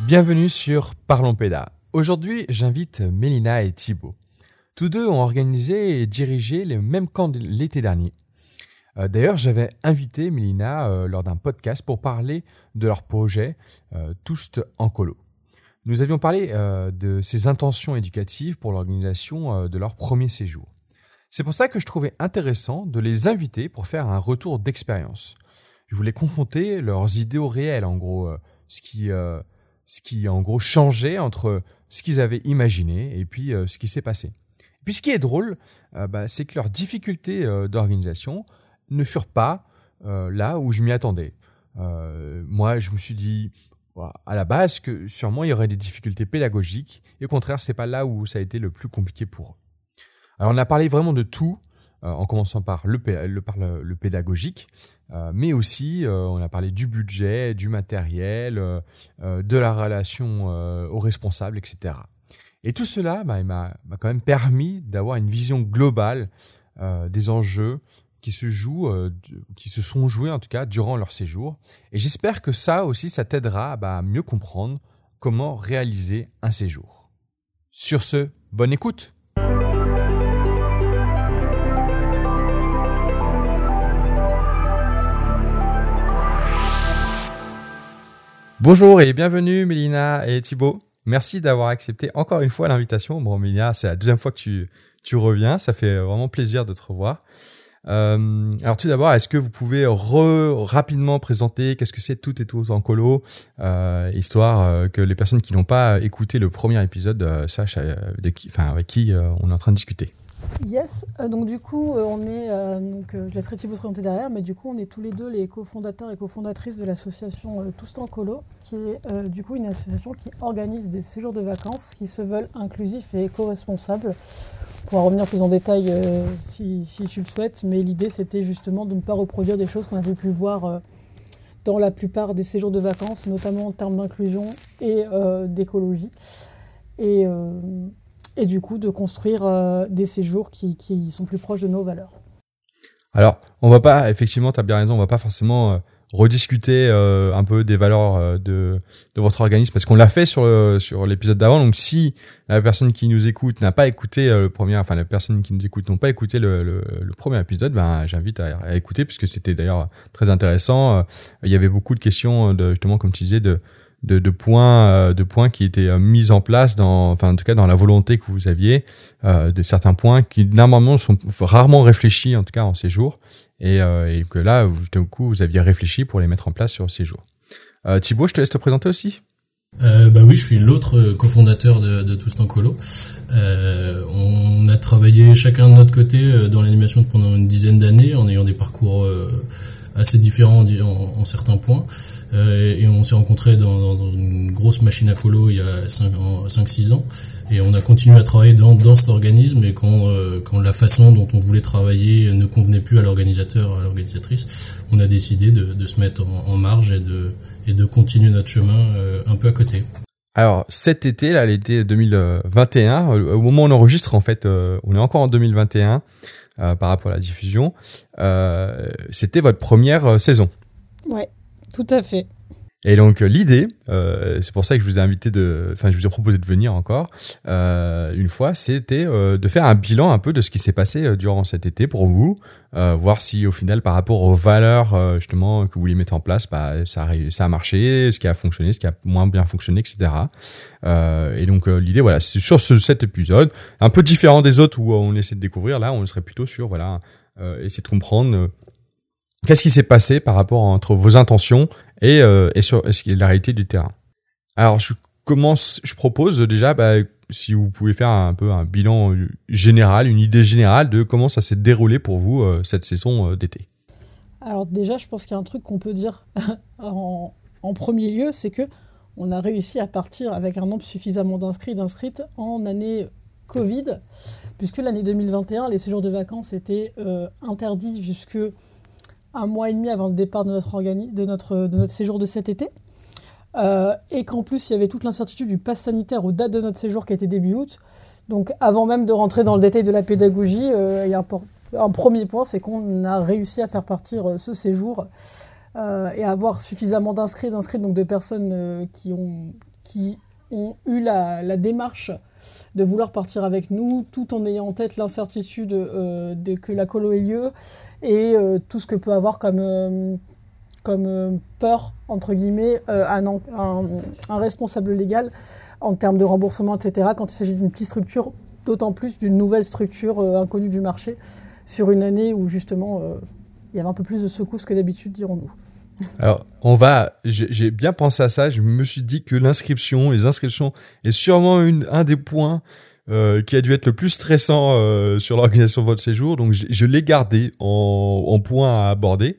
Bienvenue sur Parlons Pédas. Aujourd'hui, j'invite Mélina et Thibaut. Tous deux ont organisé et dirigé le même camp l'été dernier. D'ailleurs, j'avais invité Mélina lors d'un podcast pour parler de leur projet Tous en colo. Nous avions parlé de ses intentions éducatives pour l'organisation de leur premier séjour. C'est pour ça que je trouvais intéressant de les inviter pour faire un retour d'expérience. Je voulais confronter leurs idées au réel, en gros, ce qui en gros changeait entre ce qu'ils avaient imaginé et puis ce qui s'est passé. Et puis ce qui est drôle, c'est que leurs difficultés d'organisation ne furent pas là où je m'y attendais. Moi, je me suis dit à la base que sûrement il y aurait des difficultés pédagogiques et au contraire, c'est pas là où ça a été le plus compliqué pour eux. Alors on a parlé vraiment de tout, en commençant par le pédagogique, mais aussi on a parlé du budget, du matériel, de la relation aux responsables, etc. Et tout cela il m'a quand même permis d'avoir une vision globale des enjeux qui se sont joués en tout cas durant leur séjour. Et j'espère que ça aussi, ça t'aidera à mieux comprendre comment réaliser un séjour. Sur ce, bonne écoute! Bonjour et bienvenue Mélina et Thibaut. Merci d'avoir accepté encore une fois l'invitation. Bon Mélina, c'est la deuxième fois que tu reviens, ça fait vraiment plaisir de te revoir. Alors tout d'abord, est-ce que vous pouvez rapidement présenter qu'est-ce que c'est Tout et Tous en colo, histoire que les personnes qui n'ont pas écouté le premier épisode sachent avec qui on est en train de discuter. Yes, donc du coup, je laisserai Thibaut se présenter derrière, mais du coup, on est tous les deux les cofondateurs et cofondatrices de l'association Tous en colo, qui est du coup une association qui organise des séjours de vacances qui se veulent inclusifs et éco-responsables. On pourra revenir plus en détail si tu le souhaites, mais l'idée c'était justement de ne pas reproduire des choses qu'on avait pu voir dans la plupart des séjours de vacances, notamment en termes d'inclusion et d'écologie. Et du coup, de construire des séjours qui sont plus proches de nos valeurs. Alors, on va pas, effectivement, tu as bien raison, on va pas forcément rediscuter un peu des valeurs de votre organisme, parce qu'on l'a fait sur l'épisode d'avant. Donc, si la personne qui nous écoute n'a pas écouté les personnes qui nous écoutent n'ont pas écouté le premier épisode, j'invite à écouter, puisque c'était d'ailleurs très intéressant. Il y avait beaucoup de questions, justement, comme tu disais, de points qui étaient mis en place en tout cas dans la volonté que vous aviez, de certains points qui normalement sont rarement réfléchis en tout cas en séjour et que là du coup vous aviez réfléchi pour les mettre en place sur le séjour. Thibaut, je te laisse te présenter aussi. Oui, je suis l'autre cofondateur de Tous en colo. On a travaillé chacun de notre côté dans l'animation pendant une dizaine d'années en ayant des parcours assez différents en certains points. Et on s'est rencontrés dans une grosse machine à colo il y a 5-6 ans, et on a continué à travailler dans cet organisme, et quand la façon dont on voulait travailler ne convenait plus à l'organisateur, à l'organisatrice, on a décidé de se mettre en marge et de continuer notre chemin un peu à côté. Alors cet été, là, l'été 2021, au moment où on enregistre en fait, on est encore en 2021 par rapport à la diffusion, c'était votre première saison. Ouais. Tout à fait. Et donc l'idée, c'est pour ça que je vous ai proposé de venir encore une fois, c'était de faire un bilan un peu de ce qui s'est passé durant cet été pour vous, voir si au final par rapport aux valeurs justement que vous vouliez mettre en place, ça a marché, ce qui a fonctionné, ce qui a moins bien fonctionné, etc. Et donc l'idée, voilà, c'est sur cet épisode, un peu différent des autres où on essaie de découvrir. Là, on serait plutôt sur essayer de comprendre. Qu'est-ce qui s'est passé par rapport entre vos intentions et sur la réalité du terrain. Alors, je propose déjà, si vous pouvez faire un peu un bilan général, une idée générale de comment ça s'est déroulé pour vous cette saison d'été. Alors déjà, je pense qu'il y a un truc qu'on peut dire en premier lieu, c'est que on a réussi à partir avec un nombre suffisamment d'inscrites en année Covid, puisque l'année 2021, les séjours de vacances étaient interdits jusque un mois et demi avant le départ de notre séjour de cet été. Et qu'en plus, il y avait toute l'incertitude du pass sanitaire aux dates de notre séjour qui était début août. Donc, avant même de rentrer dans le détail de la pédagogie, il y a un premier point, c'est qu'on a réussi à faire partir ce séjour et à avoir suffisamment d'inscrits, donc de personnes qui ont qui ont eu la démarche de vouloir partir avec nous, tout en ayant en tête l'incertitude que la colo ait lieu et tout ce que peut avoir comme peur, entre guillemets, un responsable légal en termes de remboursement, etc., quand il s'agit d'une petite structure, d'autant plus d'une nouvelle structure inconnue du marché, sur une année où justement il y avait un peu plus de secousses que d'habitude, dirons-nous. Alors, j'ai bien pensé à ça, je me suis dit que les inscriptions est sûrement un des points qui a dû être le plus stressant sur l'organisation de votre séjour, donc je l'ai gardé en point à aborder.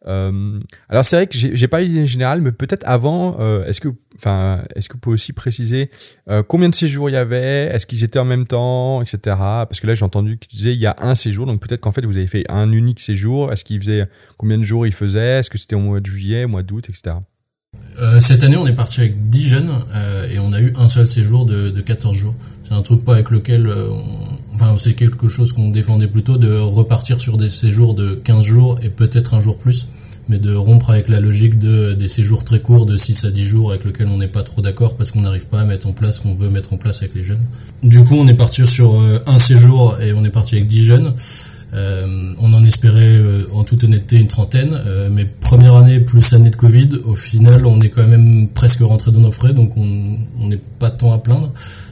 Alors c'est vrai que j'ai pas l'idée générale, mais peut-être avant, est-ce que vous pouvez aussi préciser combien de séjours il y avait, est-ce qu'ils étaient en même temps, etc. Parce que là j'ai entendu que tu disais il y a un séjour, donc peut-être qu'en fait vous avez fait un unique séjour. Est-ce qu'il faisait combien de jours il faisait, est-ce que c'était au mois de juillet, au mois d'août, etc. Cette année on est parti avec 10 jeunes et on a eu un seul séjour de 14 jours. C'est un truc pas avec lequel c'est quelque chose qu'on défendait plutôt, de repartir sur des séjours de 15 jours et peut-être un jour plus, mais de rompre avec la logique des séjours très courts de 6 à 10 jours avec lesquels on n'est pas trop d'accord parce qu'on n'arrive pas à mettre en place ce qu'on veut mettre en place avec les jeunes. Du coup, on est parti sur un séjour et on est parti avec 10 jeunes. On en espérait en toute honnêteté une trentaine, mais première année plus année de Covid, au final on est quand même presque rentré dans nos frais, donc on n'est pas tant à plaindre.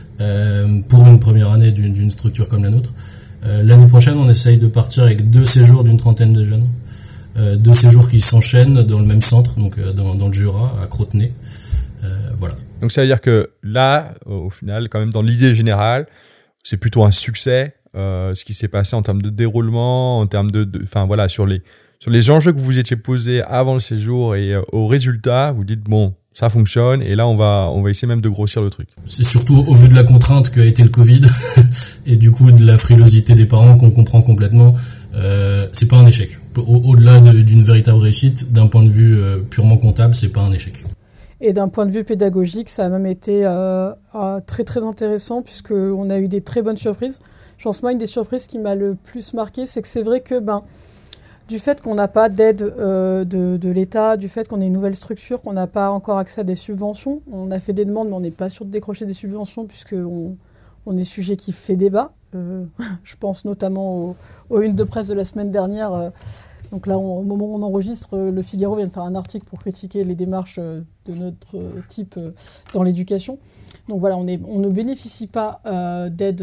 Pour une première année d'une structure comme la nôtre. L'année prochaine, on essaye de partir avec 2 séjours d'une trentaine de jeunes. 2 séjours qui s'enchaînent dans le même centre, donc dans le Jura, à Crotenay. Voilà. Donc ça veut dire que là, au final, quand même dans l'idée générale, c'est plutôt un succès, ce qui s'est passé en termes de déroulement, en termes sur les enjeux que vous vous étiez posés avant le séjour et au résultat, vous dites bon, ça fonctionne et là on va essayer même de grossir le truc. C'est surtout au vu de la contrainte qu'a été le Covid et du coup de la frilosité des parents qu'on comprend complètement, c'est pas un échec. Au-delà d'une véritable réussite, d'un point de vue purement comptable, c'est pas un échec. Et d'un point de vue pédagogique, ça a même été très très intéressant puisqu'on a eu des très bonnes surprises. Je pense moi une des surprises qui m'a le plus marqué, c'est que c'est vrai que du fait qu'on n'a pas d'aide de l'État, du fait qu'on est une nouvelle structure, qu'on n'a pas encore accès à des subventions, on a fait des demandes, mais on n'est pas sûr de décrocher des subventions puisqu'on est sujet qui fait débat. Je pense notamment aux unes de presse de la semaine dernière. Donc là, au moment où on enregistre, le Figaro vient de faire un article pour critiquer les démarches de notre type dans l'éducation. Donc voilà, on ne bénéficie pas d'aide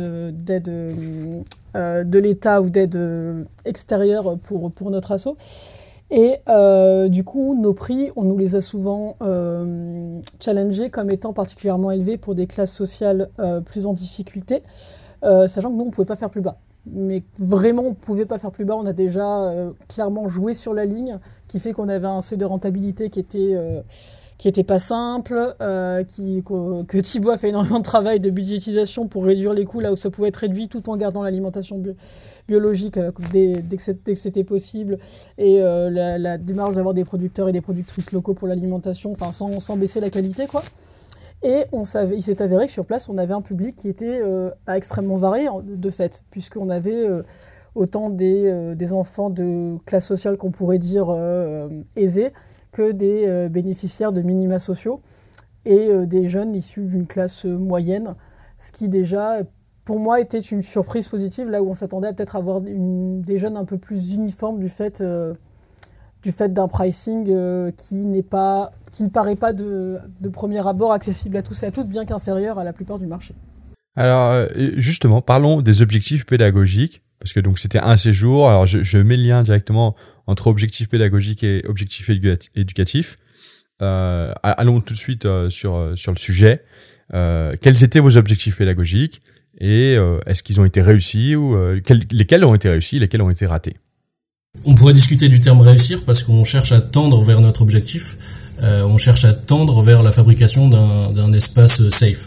de l'État ou d'aide extérieure pour notre asso. Et du coup, nos prix, on nous les a souvent challengés comme étant particulièrement élevés pour des classes sociales plus en difficulté, sachant que nous, on ne pouvait pas faire plus bas. Mais vraiment, on ne pouvait pas faire plus bas. On a déjà clairement joué sur la ligne, qui fait qu'on avait un seuil de rentabilité qui était pas simple, que Thibaut a fait énormément de travail de budgétisation pour réduire les coûts là où ça pouvait être réduit, tout en gardant l'alimentation biologique dès que c'était possible, et la démarche d'avoir des producteurs et des productrices locaux pour l'alimentation, sans baisser la qualité, quoi. Et il s'est avéré que sur place, on avait un public qui était extrêmement varié de fait, puisqu'on avait autant des enfants de classe sociale qu'on pourrait dire aisée, que des bénéficiaires de minima sociaux, et des jeunes issus d'une classe moyenne, ce qui déjà, pour moi, était une surprise positive, là où on s'attendait à peut-être avoir des jeunes un peu plus uniformes du fait d'un pricing qui ne paraît pas de premier abord accessible à tous et à toutes, bien qu'inférieur à la plupart du marché. Alors justement, parlons des objectifs pédagogiques, parce que donc c'était un séjour. Alors je mets le lien directement entre objectifs pédagogiques et objectifs éducatifs. Allons tout de suite sur le sujet. Quels étaient vos objectifs pédagogiques et est-ce qu'ils ont été réussis ou lesquels ont été réussis, lesquels ont été ratés? On pourrait discuter du terme réussir parce qu'on cherche à tendre vers notre objectif. On cherche à tendre vers la fabrication d'un espace safe.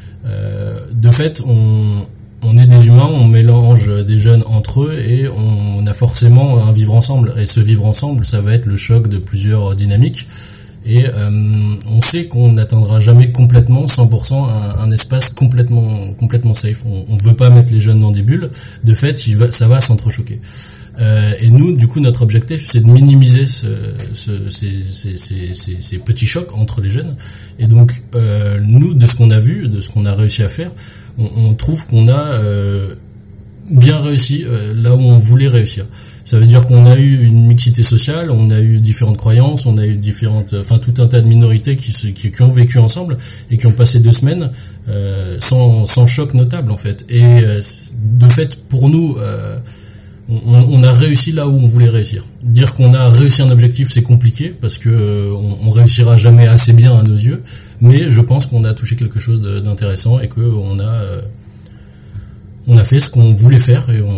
De fait, on est des humains, on mélange des jeunes entre eux et on a forcément un vivre ensemble. Et ce vivre ensemble, ça va être le choc de plusieurs dynamiques. Et on sait qu'on n'atteindra jamais complètement 100% un espace complètement safe. On veut pas mettre les jeunes dans des bulles. De fait, ça va s'entrechoquer. Et nous, du coup, notre objectif, c'est de minimiser ces petits chocs entre les jeunes. Et donc, nous, de ce qu'on a vu, de ce qu'on a réussi à faire, on trouve qu'on a bien réussi là où on voulait réussir. Ça veut dire qu'on a eu une mixité sociale, on a eu différentes croyances, on a eu tout un tas de minorités qui ont vécu ensemble et qui ont passé 2 semaines sans choc notable en fait. Et de fait, pour nous, on a réussi là où on voulait réussir. Dire qu'on a réussi un objectif, c'est compliqué parce que on réussira jamais assez bien à nos yeux. Mais je pense qu'on a touché quelque chose d'intéressant et que on a fait ce qu'on voulait faire et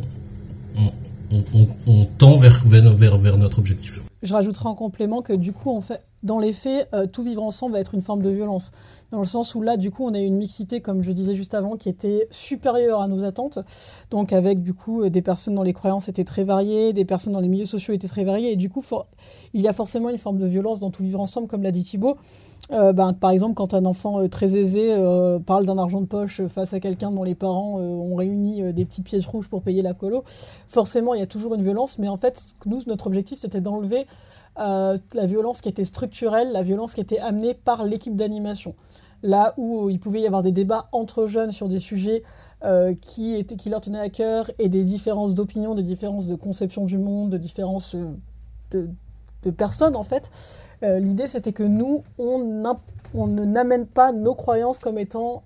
on tend vers notre objectif. Je rajouterai en complément que du coup, dans les faits, tout vivre ensemble va être une forme de violence. Dans le sens où là, du coup, on a une mixité, comme je disais juste avant, qui était supérieure à nos attentes. Donc avec, du coup, des personnes dont les croyances étaient très variées, des personnes dont les milieux sociaux étaient très variés. Et du coup, il y a forcément une forme de violence dans tout vivre ensemble, comme l'a dit Thibaut. Par exemple, quand un enfant très aisé parle d'un argent de poche face à quelqu'un dont les parents ont réuni des petites pièces rouges pour payer la colo, forcément, il y a toujours une violence. Mais en fait, nous, notre objectif, c'était d'enlever la violence qui était structurelle, la violence qui était amenée par l'équipe d'animation. Là où il pouvait y avoir des débats entre jeunes sur des sujets qui leur tenaient à cœur et des différences d'opinion, des différences de conception du monde, de différences de personnes en fait. L'idée c'était que nous, on ne n'amène pas nos croyances comme étant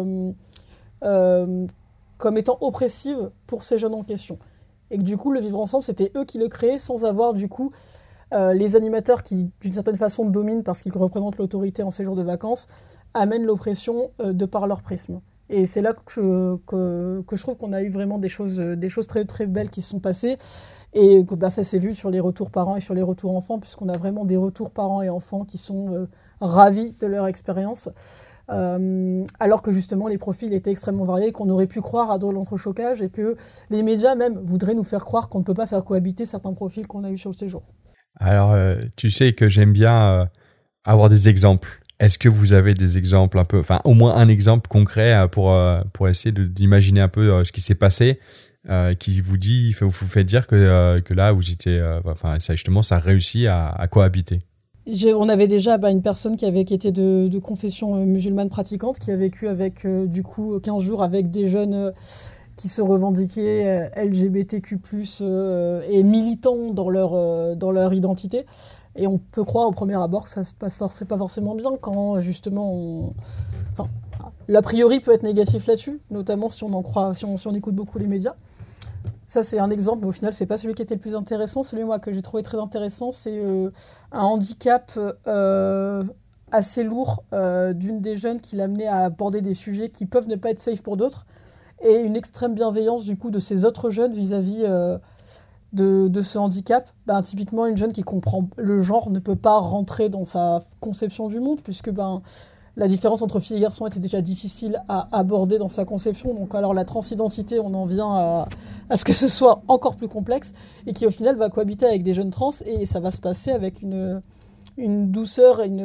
oppressives pour ces jeunes en question. Et que du coup, le vivre ensemble, c'était eux qui le créaient sans avoir du coup les animateurs qui, d'une certaine façon, dominent parce qu'ils représentent l'autorité en séjour de vacances, amènent l'oppression de par leur prisme. Et c'est là que je trouve qu'on a eu vraiment des choses très, très belles qui se sont passées. Et que ça s'est vu sur les retours parents et sur les retours enfants, puisqu'on a vraiment des retours parents et enfants qui sont ravis de leur expérience. Alors que justement les profils étaient extrêmement variés, qu'on aurait pu croire à de l'entrechoquage et que les médias même voudraient nous faire croire qu'on ne peut pas faire cohabiter certains profils qu'on a eu sur le séjour. Alors, tu sais que j'aime bien avoir des exemples. Est-ce que vous avez des exemples un peu, enfin au moins un exemple concret pour essayer d'imaginer un peu ce qui s'est passé, qui vous fait dire que là vous étiez, ça justement ça réussit à cohabiter. On avait déjà une personne qui était de confession musulmane pratiquante, qui a vécu avec du coup 15 jours avec des jeunes qui se revendiquaient LGBTQ+, et militants dans leur identité. Et on peut croire au premier abord que ça se passe pas forcément bien quand justement l'a priori peut être négatif là-dessus, notamment si on en croit, si on écoute beaucoup les médias. Ça c'est un exemple, mais au final c'est pas celui qui était le plus intéressant. Celui moi que j'ai trouvé très intéressant, c'est un handicap assez lourd d'une des jeunes qui l'amenait à aborder des sujets qui peuvent ne pas être safe pour d'autres, et une extrême bienveillance du coup de ces autres jeunes vis-à-vis de ce handicap. Typiquement une jeune qui comprend le genre ne peut pas rentrer dans sa conception du monde, puisque la différence entre filles et garçons était déjà difficile à aborder dans sa conception. Donc alors la transidentité, on en vient à ce que ce soit encore plus complexe, et qui au final va cohabiter avec des jeunes trans, et ça va se passer avec une douceur et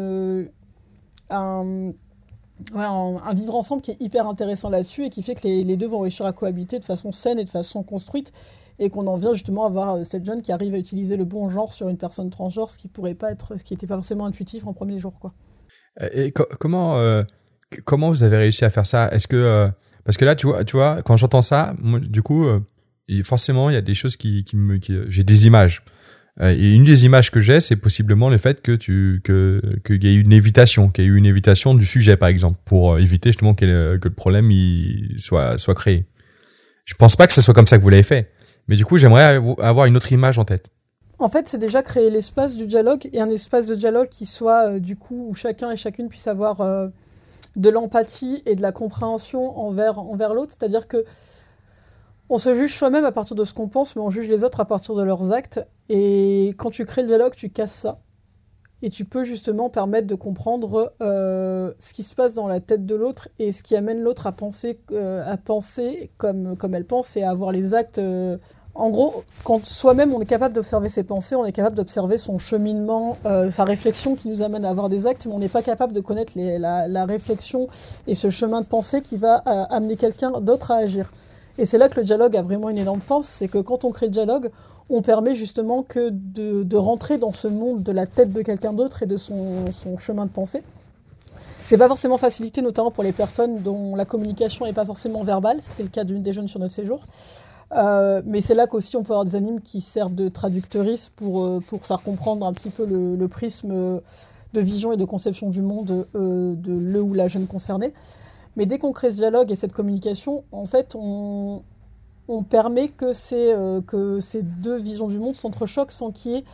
un vivre ensemble qui est hyper intéressant là-dessus, et qui fait que les deux vont réussir à cohabiter de façon saine et de façon construite, et qu'on en vient justement à voir cette jeune qui arrive à utiliser le bon genre sur une personne transgenre, ce qui n'était pas forcément intuitif en premier jour, quoi. Et comment vous avez réussi à faire ça? Est-ce que parce que là tu vois quand j'entends ça, moi, du coup forcément il y a des choses qui j'ai des images. Et une des images que j'ai, c'est possiblement le fait qu'il y ait une évitation du sujet, par exemple, pour éviter justement que le problème soit créé. Je pense pas que ce soit comme ça que vous l'avez fait, mais du coup j'aimerais avoir une autre image en tête. En fait, c'est déjà créer l'espace du dialogue, et un espace de dialogue qui soit, du coup, où chacun et chacune puisse avoir de l'empathie et de la compréhension envers l'autre. C'est-à-dire que on se juge soi-même à partir de ce qu'on pense, mais on juge les autres à partir de leurs actes. Et quand tu crées le dialogue, tu casses ça. Et tu peux justement permettre de comprendre ce qui se passe dans la tête de l'autre, et ce qui amène l'autre à penser comme elle pense, et à avoir les actes... En gros, quand soi-même on est capable d'observer ses pensées, on est capable d'observer son cheminement, sa réflexion qui nous amène à avoir des actes, mais on n'est pas capable de connaître la réflexion et ce chemin de pensée qui va amener quelqu'un d'autre à agir. Et c'est là que le dialogue a vraiment une énorme force, c'est que quand on crée le dialogue, on permet justement que de rentrer dans ce monde de la tête de quelqu'un d'autre et de son chemin de pensée. C'est pas forcément facilité, notamment pour les personnes dont la communication n'est pas forcément verbale. C'était le cas d'une des jeunes sur notre séjour. Mais c'est là qu'aussi on peut avoir des animes qui servent de traductrices pour faire comprendre un petit peu le prisme de vision et de conception du monde de le ou la jeune concernée. Mais dès qu'on crée ce dialogue et cette communication, en fait, on permet que ces deux visions du monde s'entrechoquent sans qu'il y ait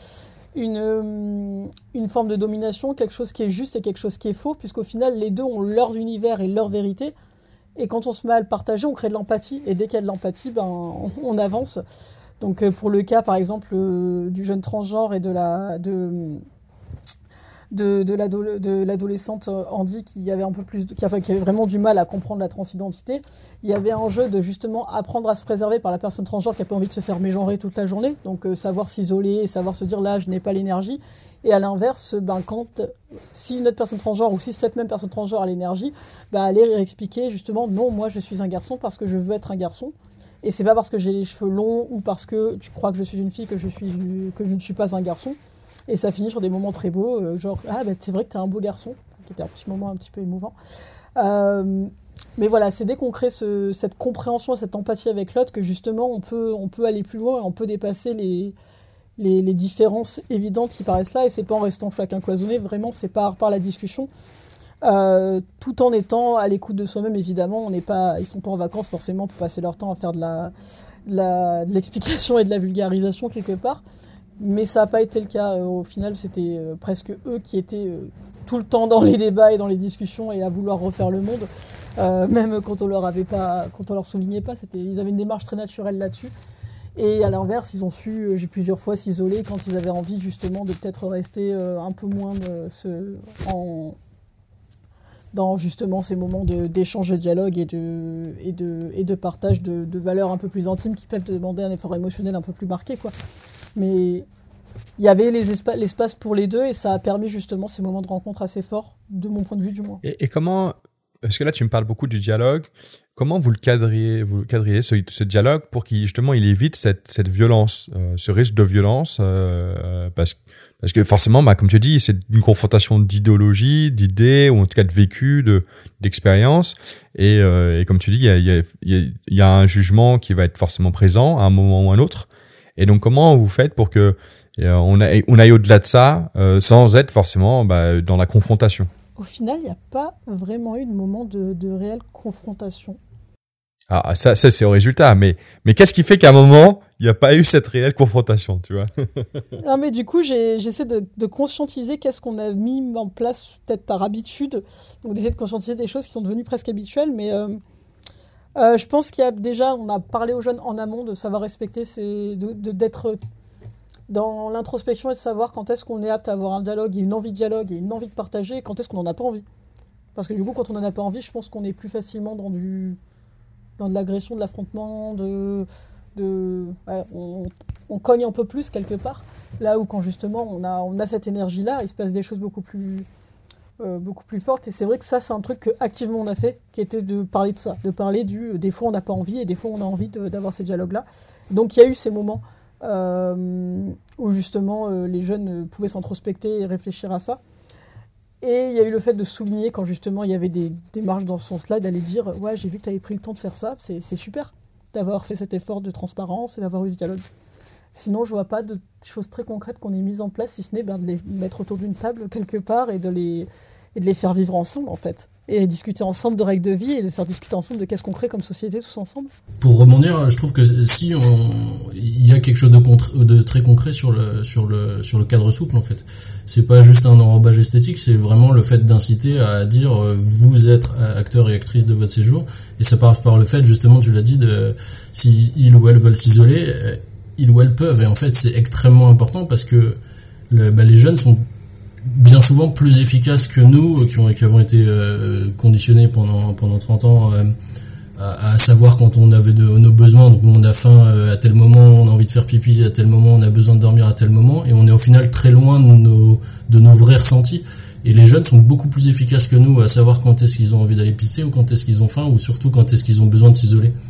une forme de domination, quelque chose qui est juste et quelque chose qui est faux, puisqu'au final, les deux ont leur univers et leur vérité. Et quand on se met à le partager, on crée de l'empathie. Et dès qu'il y a de l'empathie, on avance. Donc pour le cas, par exemple, du jeune transgenre et de l'adolescente Andy qui avait vraiment du mal à comprendre la transidentité, il y avait un jeu de justement apprendre à se préserver par la personne transgenre qui n'a pas envie de se faire mégenrer toute la journée, donc savoir s'isoler, savoir se dire là je n'ai pas l'énergie, et à l'inverse, si une autre personne transgenre ou si cette même personne transgenre a l'énergie, aller expliquer justement non, moi je suis un garçon parce que je veux être un garçon. Et c'est pas parce que j'ai les cheveux longs ou parce que tu crois que je suis une fille que je ne suis pas un garçon. Et ça finit sur des moments très beaux, genre « Ah, c'est vrai que t'es un beau garçon », qui était un petit moment un petit peu émouvant. Mais voilà, c'est dès qu'on crée cette compréhension, cette empathie avec l'autre que justement on peut aller plus loin et on peut dépasser les différences évidentes qui paraissent là. Et c'est pas en restant chacun cloisonné, vraiment, c'est par la discussion. Tout en étant à l'écoute de soi-même, évidemment. Ils sont pas en vacances forcément pour passer leur temps à faire de l'explication et de la vulgarisation quelque part. Mais ça n'a pas été le cas. Au final, c'était presque eux qui étaient tout le temps dans les débats et dans les discussions et à vouloir refaire le monde. Même quand on leur soulignait pas, ils avaient une démarche très naturelle là-dessus. Et à l'inverse, ils ont su, j'ai plusieurs fois s'isoler quand ils avaient envie justement de peut-être rester un peu moins dans justement ces moments d'échange, de dialogue et de partage de valeurs un peu plus intimes qui peuvent demander un effort émotionnel un peu plus marqué, quoi. Mais il y avait l'espace pour les deux et ça a permis justement ces moments de rencontre assez forts, de mon point de vue du moins. Et comment, parce que là tu me parles beaucoup du dialogue, comment vous cadriez ce dialogue pour qu'il justement il évite cette violence, ce risque de violence, parce que forcément, comme tu dis, c'est une confrontation d'idéologie, d'idées, ou en tout cas de vécu, d'expérience. Et comme tu dis, il y a un jugement qui va être forcément présent à un moment ou à un autre. Et donc, comment vous faites pour que on aille au-delà de ça, sans être forcément dans la confrontation? Au final, il n'y a pas vraiment eu de moment de réelle confrontation. Ah, ça c'est au résultat. Mais qu'est-ce qui fait qu'à un moment, il n'y a pas eu cette réelle confrontation, tu vois? Non, mais du coup, j'essaie de conscientiser qu'est-ce qu'on a mis en place, peut-être par habitude. Donc, d'essayer de conscientiser des choses qui sont devenues presque habituelles. Mais je pense qu'il y a déjà, on a parlé aux jeunes en amont de savoir respecter, d'être dans l'introspection et de savoir quand est-ce qu'on est apte à avoir un dialogue et une envie de dialogue et une envie de partager et quand est-ce qu'on n'en a pas envie. Parce que du coup, quand on n'en a pas envie, je pense qu'on est plus facilement dans de l'agression, de l'affrontement, on cogne un peu plus quelque part. Là où quand justement on a cette énergie-là, il se passe des choses beaucoup plus fortes. Et c'est vrai que ça, c'est un truc qu'activement on a fait, qui était de parler de ça, de parler des fois on n'a pas envie et des fois on a envie d'avoir ces dialogues-là. Donc il y a eu ces moments où justement les jeunes pouvaient s'introspecter et réfléchir à ça. Et il y a eu le fait de souligner quand justement il y avait des démarches dans ce sens-là, d'aller dire « Ouais, j'ai vu que tu avais pris le temps de faire ça, c'est super d'avoir fait cet effort de transparence et d'avoir eu ce dialogue. » Sinon, je vois pas de choses très concrètes qu'on ait mises en place, si ce n'est de les mettre autour d'une table quelque part et de les faire vivre ensemble, en fait. Et discuter ensemble de règles de vie et de faire discuter ensemble de qu'est-ce qu'on crée comme société tous ensemble. Pour rebondir, je trouve que si il y a quelque chose de très concret sur le cadre souple, en fait. C'est pas juste un enrobage esthétique, c'est vraiment le fait d'inciter à dire vous êtes acteur et actrice de votre séjour. Et ça part par le fait, justement, tu l'as dit, si ils ou elles veulent s'isoler, ils ou elles peuvent. Et en fait, c'est extrêmement important parce que les jeunes sont bien souvent plus efficaces que nous, qui avons été conditionnés pendant 30 ans à savoir quand on avait nos besoins. Donc on a faim à tel moment, on a envie de faire pipi à tel moment, on a besoin de dormir à tel moment, et on est au final très loin de nos vrais ressentis. Et les jeunes sont beaucoup plus efficaces que nous à savoir quand est-ce qu'ils ont envie d'aller pisser, ou quand est-ce qu'ils ont faim, ou surtout quand est-ce qu'ils ont besoin de s'isoler.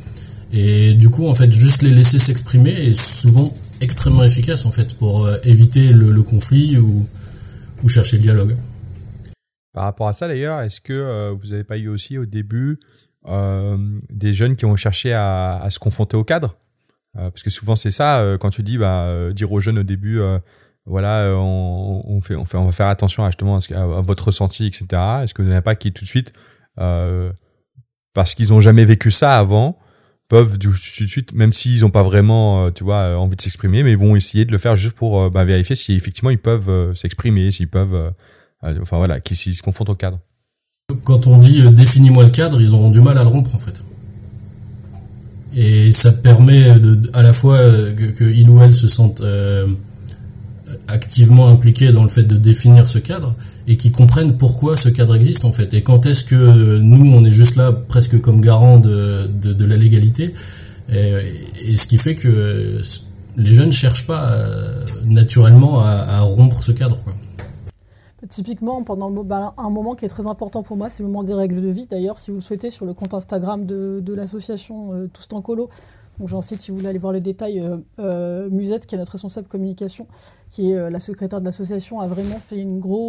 Et du coup, en fait, juste les laisser s'exprimer est souvent extrêmement efficace, en fait, pour éviter le conflit ou chercher le dialogue. Par rapport à ça, d'ailleurs, est-ce que vous n'avez pas eu aussi au début des jeunes qui ont cherché à se confronter au cadre? Parce que souvent, c'est ça, quand tu dis, dire aux jeunes au début, voilà, on va faire attention justement à votre ressenti, etc. Est-ce que vous n'avez pas qui tout de suite, parce qu'ils n'ont jamais vécu ça avant, peuvent tout de suite, même s'ils n'ont pas vraiment, envie de s'exprimer, mais ils vont essayer de le faire juste pour vérifier si effectivement ils peuvent s'exprimer, s'ils peuvent, s'ils se confrontent au cadre. Quand on dit définis-moi le cadre, ils auront du mal à le rompre en fait. Et ça permet à la fois que il ou elle se sente activement impliqué dans le fait de définir ce cadre et qu'ils comprennent pourquoi ce cadre existe en fait. Et quand est-ce que nous on est juste là presque comme garant de la légalité et ce qui fait que les jeunes cherchent pas naturellement à rompre ce cadre quoi. Typiquement, pendant un moment qui est très important pour moi, c'est le moment des règles de vie. D'ailleurs, si vous le souhaitez, sur le compte Instagram de l'association Tous en Colo, donc j'en cite si vous voulez aller voir les détails, Musette, qui est notre responsable communication, qui est la secrétaire de l'association, a vraiment fait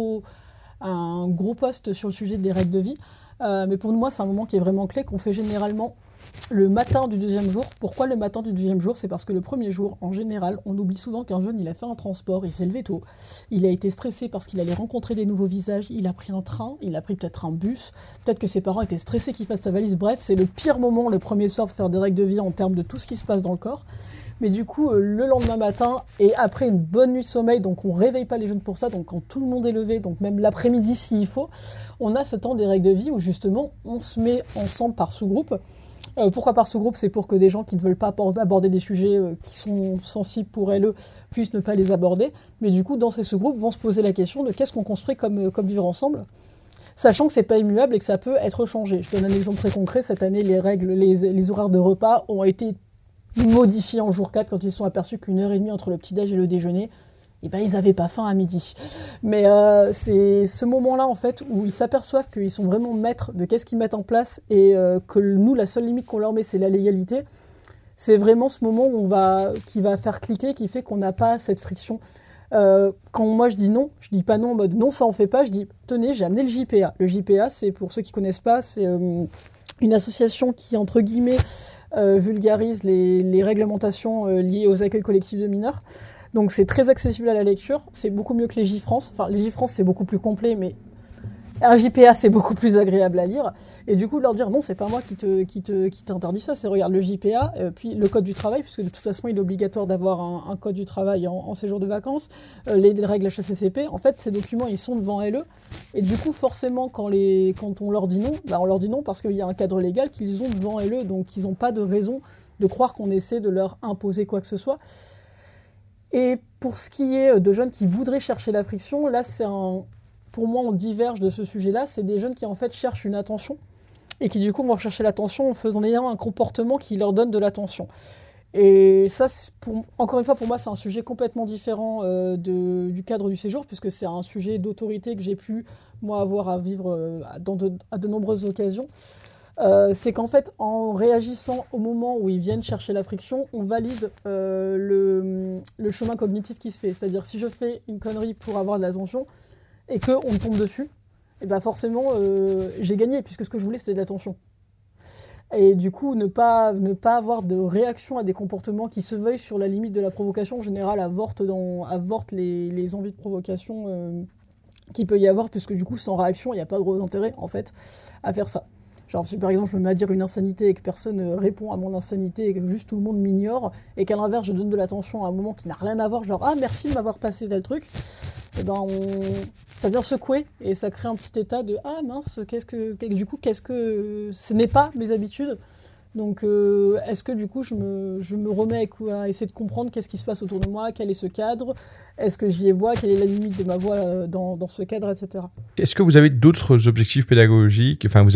un gros post sur le sujet des règles de vie. Mais pour moi, c'est un moment qui est vraiment clé, qu'on fait généralement le matin du deuxième jour. Pourquoi le matin du deuxième jour ? C'est parce que le premier jour, en général, on oublie souvent qu'un jeune, il a fait un transport, il s'est levé tôt, il a été stressé parce qu'il allait rencontrer des nouveaux visages, il a pris un train, il a pris peut-être un bus, peut-être que ses parents étaient stressés qu'il fasse sa valise. Bref, c'est le pire moment, le premier soir, pour faire des règles de vie en termes de tout ce qui se passe dans le corps. Mais du coup, le lendemain matin, et après une bonne nuit de sommeil, donc on réveille pas les jeunes pour ça, donc quand tout le monde est levé, donc même l'après-midi s'il faut, on a ce temps des règles de vie où justement, on se met ensemble par sous-groupe. Pourquoi par sous-groupe ? C'est pour que des gens qui ne veulent pas aborder des sujets qui sont sensibles pour eux puissent ne pas les aborder. Mais du coup, dans ces sous-groupes, vont se poser la question de qu'est-ce qu'on construit comme vivre ensemble, sachant que c'est pas immuable et que ça peut être changé. Je donne un exemple très concret. Cette année, les horaires de repas ont été modifiés en jour 4 quand ils se sont aperçus qu'une heure et demie entre le petit-déj et le déjeuner, ils n'avaient pas faim à midi. Mais c'est ce moment-là, en fait, où ils s'aperçoivent qu'ils sont vraiment maîtres de qu'est-ce qu'ils mettent en place et que nous, la seule limite qu'on leur met, c'est la légalité. C'est vraiment ce moment qui va faire cliquer, qui fait qu'on n'a pas cette friction. Quand moi je dis non, je dis pas non en mode non, ça on fait pas, je dis tenez, j'ai amené le JPA. Le JPA, c'est, pour ceux qui connaissent pas, c'est une association qui, entre guillemets, vulgarise les réglementations liées aux accueils collectifs de mineurs. Donc c'est très accessible à la lecture, c'est beaucoup mieux que les J-France. Enfin, les J-France, c'est beaucoup plus complet, mais un JPA, c'est beaucoup plus agréable à lire. Et du coup, leur dire non, c'est pas moi qui t'interdit ça, c'est regarde le JPA, puis le code du travail, puisque de toute façon, il est obligatoire d'avoir un code du travail en séjour de vacances, les règles HACCP. En fait, ces documents, ils sont devant LE. Et du coup, forcément, quand on leur dit non, on leur dit non parce qu'il y a un cadre légal qu'ils ont devant LE, donc ils n'ont pas de raison de croire qu'on essaie de leur imposer quoi que ce soit. Et pour ce qui est de jeunes qui voudraient chercher la friction, là, pour moi, on diverge de ce sujet-là. C'est des jeunes qui, en fait, cherchent une attention et qui, du coup, vont rechercher l'attention en ayant un comportement qui leur donne de l'attention. Et ça, encore une fois, pour moi, c'est un sujet complètement différent du cadre du séjour, puisque c'est un sujet d'autorité que j'ai pu, moi, avoir à vivre à de nombreuses occasions. C'est qu'en fait, en réagissant au moment où ils viennent chercher la friction, on valide le chemin cognitif qui se fait. C'est-à-dire, si je fais une connerie pour avoir de l'attention et qu'on me tombe dessus, et ben forcément, j'ai gagné, puisque ce que je voulais, c'était de l'attention. Et du coup, ne pas avoir de réaction à des comportements qui se veuillent sur la limite de la provocation, en général, avorte les envies de provocation qu'il peut y avoir, puisque du coup, sans réaction, il n'y a pas de gros intérêt, en fait, à faire ça. Genre, si par exemple je me mets à dire une insanité et que personne répond à mon insanité et que juste tout le monde m'ignore, et qu'à l'inverse je donne de l'attention à un moment qui n'a rien à voir, genre ah merci de m'avoir passé tel truc, et ben ça vient secouer et ça crée un petit état de ah mince, qu'est-ce que ce n'est pas mes habitudes. Donc est-ce que du coup je me remets à essayer de comprendre qu'est-ce qui se passe autour de moi, quel est ce cadre, est-ce que j'y vois, quelle est la limite de ma voix dans ce cadre, etc. Est-ce que vous avez d'autres objectifs pédagogiques, que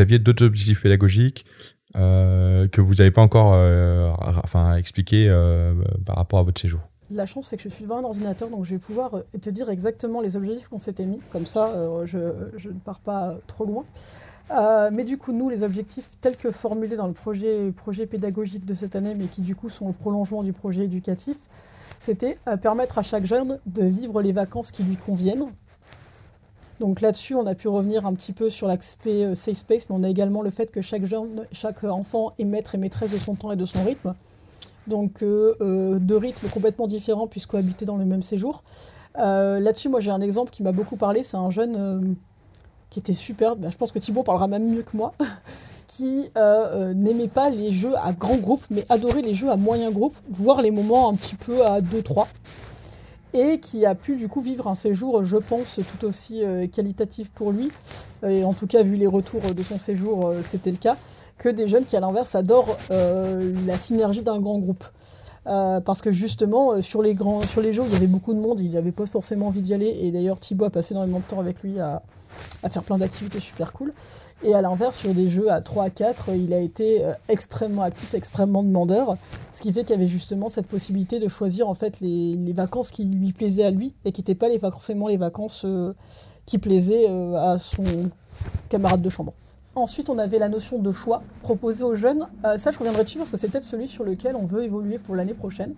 vous n'avez pas encore expliqué par rapport à votre séjour ? La chance, c'est que je suis devant un ordinateur, donc je vais pouvoir te dire exactement les objectifs qu'on s'était mis. Comme ça, je ne pars pas trop loin. Mais du coup, nous, les objectifs tels que formulés dans le projet pédagogique de cette année, mais qui du coup sont le prolongement du projet éducatif, c'était permettre à chaque jeune de vivre les vacances qui lui conviennent. Donc là-dessus, on a pu revenir un petit peu sur l'aspect safe space, mais on a également le fait que chaque enfant est maître et maîtresse de son temps et de son rythme. Donc deux rythmes complètement différents puissent cohabiter dans le même séjour. Là-dessus, moi j'ai un exemple qui m'a beaucoup parlé, c'est un jeune qui était super, je pense que Thibaut parlera même mieux que moi, qui n'aimait pas les jeux à grand groupe, mais adorait les jeux à moyen groupe, voire les moments un petit peu à 2-3, et qui a pu du coup vivre un séjour, je pense, tout aussi qualitatif pour lui, et en tout cas vu les retours de son séjour, c'était le cas, que des jeunes qui à l'inverse adorent la synergie d'un grand groupe. Parce que justement, sur les jeux où il y avait beaucoup de monde, il n'avait pas forcément envie d'y aller, et d'ailleurs Thibaut a passé énormément de temps avec lui à faire plein d'activités super cool. Et à l'inverse, sur des jeux à 3 à 4, il a été extrêmement actif, extrêmement demandeur, ce qui fait qu'il y avait justement cette possibilité de choisir en fait les vacances qui lui plaisaient à lui, et qui n'étaient pas forcément les vacances qui plaisaient à son camarade de chambre. Ensuite, on avait la notion de choix proposée aux jeunes. Ça, je reviendrai dessus parce que c'est peut-être celui sur lequel on veut évoluer pour l'année prochaine.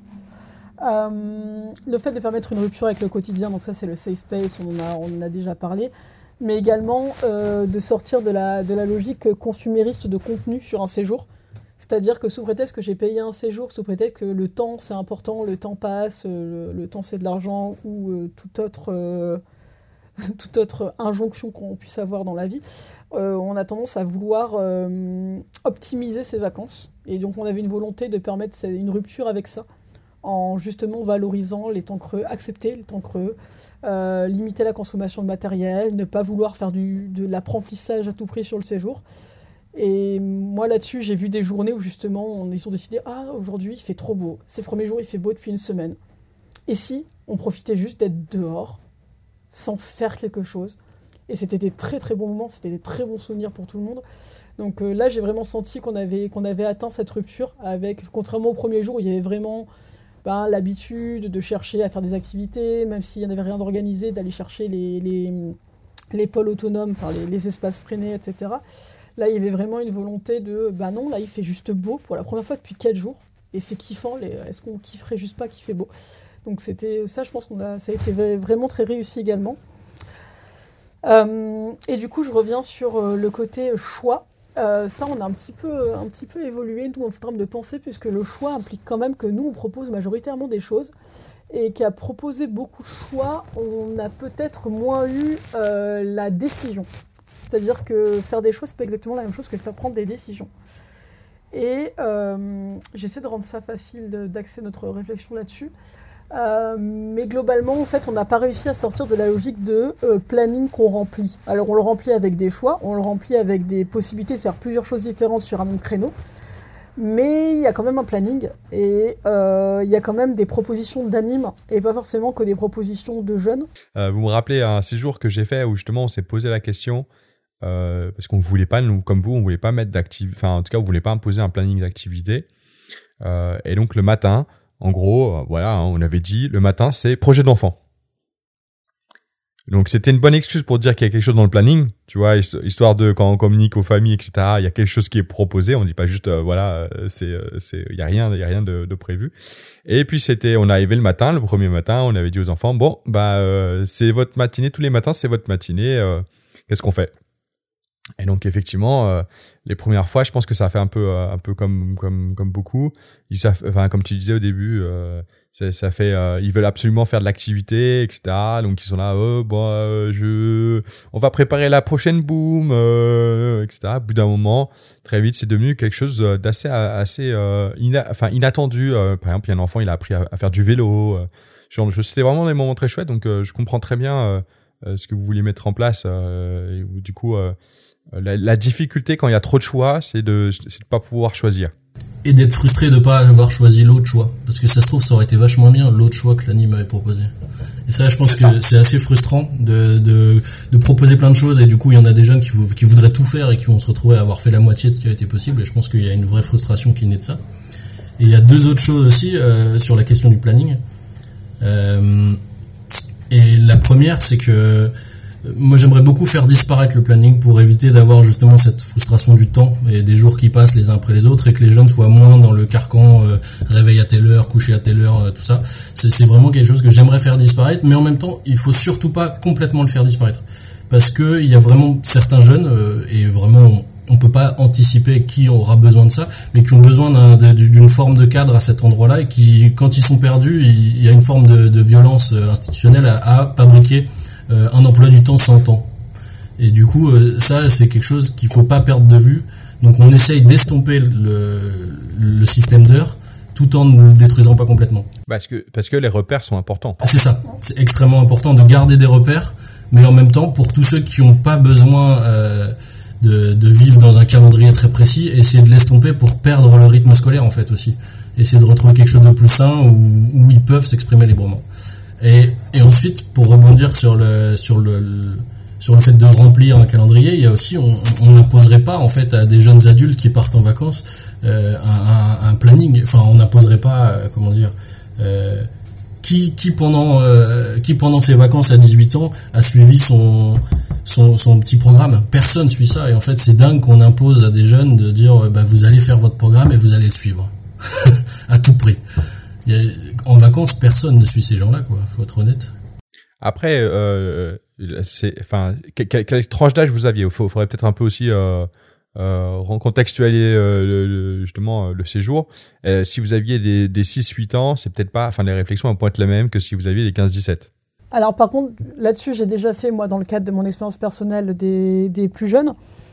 Le fait de permettre une rupture avec le quotidien, donc ça c'est le safe space, on en a déjà parlé, mais également de sortir de la logique consumériste de contenu sur un séjour. C'est-à-dire que sous prétexte que j'ai payé un séjour, sous prétexte que le temps c'est important, le temps passe, le temps c'est de l'argent ou toute autre injonction qu'on puisse avoir dans la vie, on a tendance à vouloir optimiser ses vacances. Et donc on avait une volonté de permettre une rupture avec ça, en justement valorisant les temps creux, accepter les temps creux, limiter la consommation de matériel, ne pas vouloir faire de l'apprentissage à tout prix sur le séjour. Et moi là-dessus, j'ai vu des journées où justement ils ont décidé « Ah, aujourd'hui il fait trop beau, ces premiers jours il fait beau depuis une semaine. » Et si on profitait juste d'être dehors, sans faire quelque chose. Et c'était des très très bons moments, c'était des très bons souvenirs pour tout le monde. Donc là, j'ai vraiment senti qu'on avait atteint cette rupture, avec, contrairement au premier jour où il y avait vraiment l'habitude de chercher à faire des activités, même s'il n'y en avait rien d'organisé, d'aller chercher les pôles autonomes, enfin les espaces freinés, etc. Là, il y avait vraiment une volonté de, non, là, il fait juste beau pour la première fois depuis 4 jours, et c'est kiffant, est-ce qu'on kifferait juste pas qu'il fait beau ? Donc c'était ça, je pense ça a été vraiment très réussi également. Et du coup, je reviens sur le côté choix. Ça, on a un petit peu évolué, nous, en termes de pensée, puisque le choix implique quand même que nous, on propose majoritairement des choses, et qu'à proposer beaucoup de choix, on a peut-être moins eu la décision. C'est-à-dire que faire des choix, c'est pas exactement la même chose que faire prendre des décisions. Et j'essaie de rendre ça facile d'axer notre réflexion là-dessus. Mais globalement, en fait, on n'a pas réussi à sortir de la logique de planning qu'on remplit. Alors, on le remplit avec des choix, on le remplit avec des possibilités de faire plusieurs choses différentes sur un même créneau, mais il y a quand même un planning, et il y a quand même des propositions d'anime, et pas forcément que des propositions de jeunes. Vous me rappelez un séjour que j'ai fait où justement on s'est posé la question, parce qu'on ne voulait pas, nous, comme vous, on ne voulait pas mettre d'activité, enfin en tout cas, on ne voulait pas imposer un planning d'activité, et donc le matin, en gros, voilà, on avait dit, le matin, c'est projet d'enfant. Donc, c'était une bonne excuse pour dire qu'il y a quelque chose dans le planning, tu vois, histoire de, quand on communique aux familles, etc., il y a quelque chose qui est proposé, on dit pas juste, il y a rien de prévu. Et puis, on arrivait le premier matin, on avait dit aux enfants, bon, c'est votre matinée, tous les matins, c'est votre matinée, qu'est-ce qu'on fait? Et donc effectivement, les premières fois, je pense que ça a fait un peu comme beaucoup. Comme tu disais au début, ça fait, ils veulent absolument faire de l'activité, etc. Donc ils sont là, on va préparer la prochaine boom, etc. Au bout d'un moment, très vite, c'est devenu quelque chose d'assez inattendu. Par exemple, il y a un enfant, il a appris à faire du vélo. C'était vraiment des moments très chouettes. Donc je comprends très bien ce que vous vouliez mettre en place. Et du coup. La difficulté quand il y a trop de choix, c'est de pas pouvoir choisir. Et d'être frustré de pas avoir choisi l'autre choix. Parce que ça se trouve, ça aurait été vachement bien l'autre choix que l'anime avait proposé. Et ça, je pense que c'est assez frustrant de proposer plein de choses, et du coup, il y en a des jeunes qui voudraient tout faire et qui vont se retrouver à avoir fait la moitié de ce qui a été possible, et je pense qu'il y a une vraie frustration qui naît de ça. Et il y a 2 autres choses aussi sur la question du planning. Et la première, c'est que moi j'aimerais beaucoup faire disparaître le planning pour éviter d'avoir justement cette frustration du temps et des jours qui passent les uns après les autres et que les jeunes soient moins dans le carcan réveil à telle heure, coucher à telle heure, tout ça. C'est vraiment quelque chose que j'aimerais faire disparaître, mais en même temps il faut surtout pas complètement le faire disparaître parce que il y a vraiment certains jeunes et vraiment on peut pas anticiper qui aura besoin de ça, mais qui ont besoin d'une forme de cadre à cet endroit-là et qui, quand ils sont perdus, il y a une forme de violence institutionnelle à fabriquer un emploi du temps sans temps. Et du coup, ça, c'est quelque chose qu'il faut pas perdre de vue. Donc, on essaye d'estomper le système d'heures tout en ne le détruisant pas complètement. Parce que les repères sont importants. C'est ça. C'est extrêmement important de garder des repères, mais en même temps, pour tous ceux qui n'ont pas besoin de vivre dans un calendrier très précis, essayer de l'estomper pour perdre le rythme scolaire en fait aussi. Essayer de retrouver quelque chose de plus sain où ils peuvent s'exprimer librement. Et ensuite, pour rebondir sur le fait de remplir un calendrier, il y a aussi on n'imposerait pas en fait à des jeunes adultes qui partent en vacances un planning. Enfin, on n'imposerait pas qui pendant ses vacances à 18 ans a suivi son petit programme. Personne suit ça et en fait c'est dingue qu'on impose à des jeunes de dire vous allez faire votre programme et vous allez le suivre à tout prix. En vacances personne ne suit ces gens-là quoi, faut être honnête. Après quelle tranche d'âge vous aviez? Faudrait peut-être un peu aussi recontextualiser justement le séjour. Si vous aviez des 6-8 ans, c'est peut-être pas, les réflexions vont pas être les mêmes que si vous aviez des 15-17. Alors par contre, là-dessus, j'ai déjà fait, moi, dans le cadre de mon expérience personnelle des plus jeunes.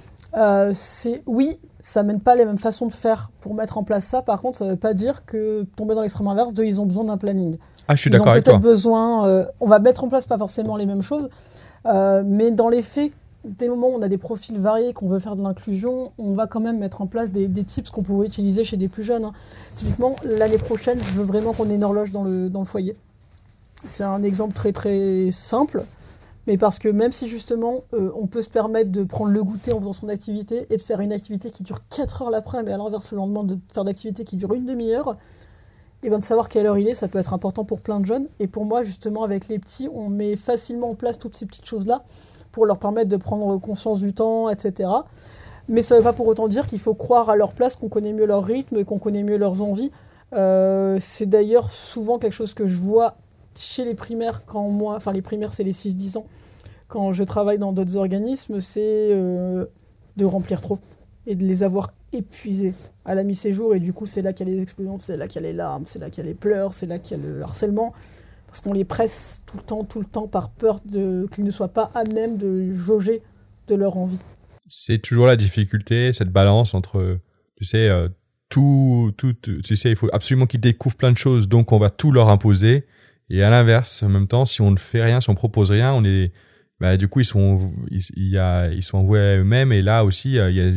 Oui, ça mène pas les mêmes façons de faire pour mettre en place ça. Par contre, ça veut pas dire que tomber dans l'extrême inverse, ils ont besoin d'un planning. Ah, je suis d'accord avec toi. Ils ont peut-être besoin, on va mettre en place pas forcément les mêmes choses, mais dans les faits, dès le moment où on a des profils variés, qu'on veut faire de l'inclusion, on va quand même mettre en place des tips qu'on pourrait utiliser chez des plus jeunes. Typiquement, l'année prochaine, je veux vraiment qu'on ait une horloge dans le foyer. C'est un exemple très très simple, mais parce que même si justement on peut se permettre de prendre le goûter en faisant son activité et de faire une activité qui dure 4 heures l'après, mais à l'inverse le lendemain de faire d'activité qui dure une demi-heure, et de savoir quelle heure il est, ça peut être important pour plein de jeunes. Et pour moi, justement, avec les petits, on met facilement en place toutes ces petites choses-là pour leur permettre de prendre conscience du temps, etc. Mais ça ne veut pas pour autant dire qu'il faut croire à leur place, qu'on connaît mieux leur rythme et qu'on connaît mieux leurs envies. C'est d'ailleurs souvent quelque chose que je vois chez les primaires, les primaires c'est les 6-10 ans, quand je travaille dans d'autres organismes, c'est de remplir trop et de les avoir épuisés à la mi-séjour, et du coup c'est là qu'il y a les explosions, c'est là qu'il y a les larmes, c'est là qu'il y a les pleurs, c'est là qu'il y a le harcèlement, parce qu'on les presse tout le temps par peur qu'ils ne soient pas à même de jauger de leur envie. C'est toujours la difficulté, cette balance entre, tu sais, il faut absolument qu'ils découvrent plein de choses, donc on va tout leur imposer. Et à l'inverse, en même temps, si on ne fait rien, si on propose rien, du coup, ils sont voués à eux-mêmes. Et là aussi,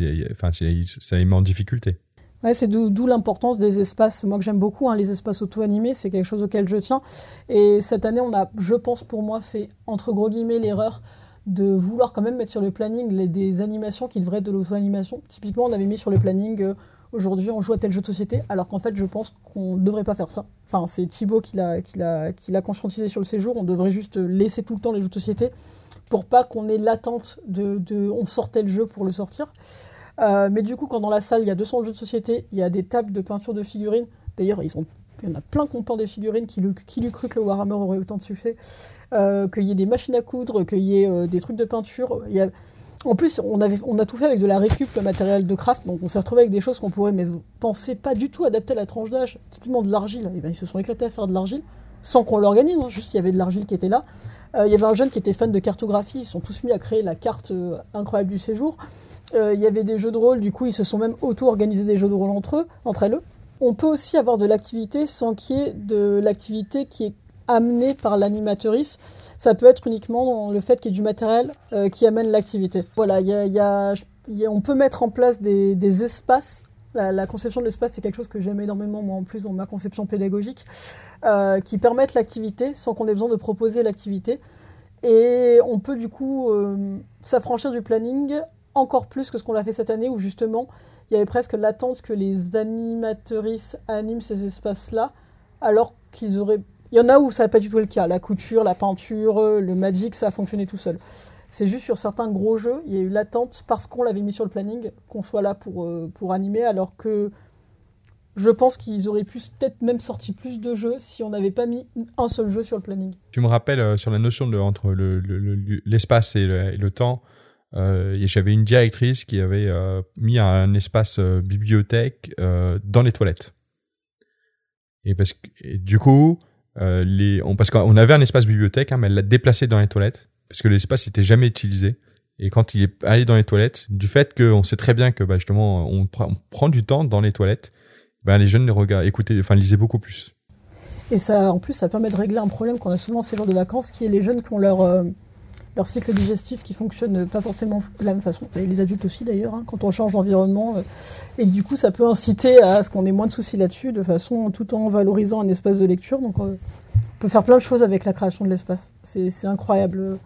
ça les met en difficulté. Ouais, c'est d'où l'importance des espaces. Moi, que j'aime beaucoup, les espaces auto-animés, c'est quelque chose auquel je tiens. Et cette année, on a, je pense pour moi, fait, entre gros guillemets, l'erreur de vouloir quand même mettre sur le planning des animations qui devraient être de l'auto-animation. Typiquement, on avait mis sur le planning... Aujourd'hui, on joue à tel jeu de société, alors qu'en fait, je pense qu'on ne devrait pas faire ça. Enfin, c'est Thibaut qui l'a conscientisé sur le séjour. On devrait juste laisser tout le temps les jeux de société pour pas qu'on ait l'attente on sortait le jeu pour le sortir. Mais du coup, quand dans la salle, il y a 200 jeux de société, il y a des tables de peinture de figurines. D'ailleurs, il y en a plein qui ont peint des figurines, qui lui cru que le Warhammer aurait autant de succès. Qu'il y ait des machines à coudre, qu'il y ait des trucs de peinture. En plus, on a tout fait avec de la récup, le matériel de craft, donc on s'est retrouvé avec des choses qu'on pourrait penser pas du tout adapter à la tranche d'âge, typiquement de l'argile. Et ils se sont éclatés à faire de l'argile, sans qu'on l'organise, juste il y avait de l'argile qui était là. Il y avait un jeune qui était fan de cartographie, ils se sont tous mis à créer la carte incroyable du séjour. Il y avait des jeux de rôle, du coup ils se sont même auto-organisés des jeux de rôle entre elles. On peut aussi avoir de l'activité sans qu'il y ait de l'activité qui est amené par l'animatrice. Ça peut être uniquement dans le fait qu'il y ait du matériel qui amène l'activité. Voilà, on peut mettre en place des espaces. La conception de l'espace, c'est quelque chose que j'aime énormément, moi, en plus, dans ma conception pédagogique, qui permettent l'activité sans qu'on ait besoin de proposer l'activité. Et on peut, du coup, s'affranchir du planning encore plus que ce qu'on l'a fait cette année, où, justement, il y avait presque l'attente que les animatrices animent ces espaces-là, alors qu'ils Il y en a où ça n'a pas du tout le cas. La couture, la peinture, le Magic, ça a fonctionné tout seul. C'est juste sur certains gros jeux, il y a eu l'attente parce qu'on l'avait mis sur le planning, qu'on soit là pour animer, alors que je pense qu'ils auraient pu peut-être même sorti plus de jeux si on n'avait pas mis un seul jeu sur le planning. Tu me rappelles sur la notion entre l'espace et le temps, j'avais une directrice qui avait mis un espace bibliothèque dans les toilettes. Et du coup, parce qu'on avait un espace bibliothèque, mais elle l'a déplacé dans les toilettes, parce que l'espace n'était jamais utilisé. Et quand il est allé dans les toilettes, du fait qu'on sait très bien que justement on prend du temps dans les toilettes, les jeunes lisaient beaucoup plus. Et ça, en plus, ça permet de régler un problème qu'on a souvent ces jours de vacances, qui est les jeunes qui ont leur cycle digestif qui fonctionne pas forcément de la même façon. Et les adultes aussi d'ailleurs, quand on change d'environnement. Et du coup, ça peut inciter à ce qu'on ait moins de soucis là-dessus, de façon tout en valorisant un espace de lecture. Donc, on peut faire plein de choses avec la création de l'espace. C'est incroyable.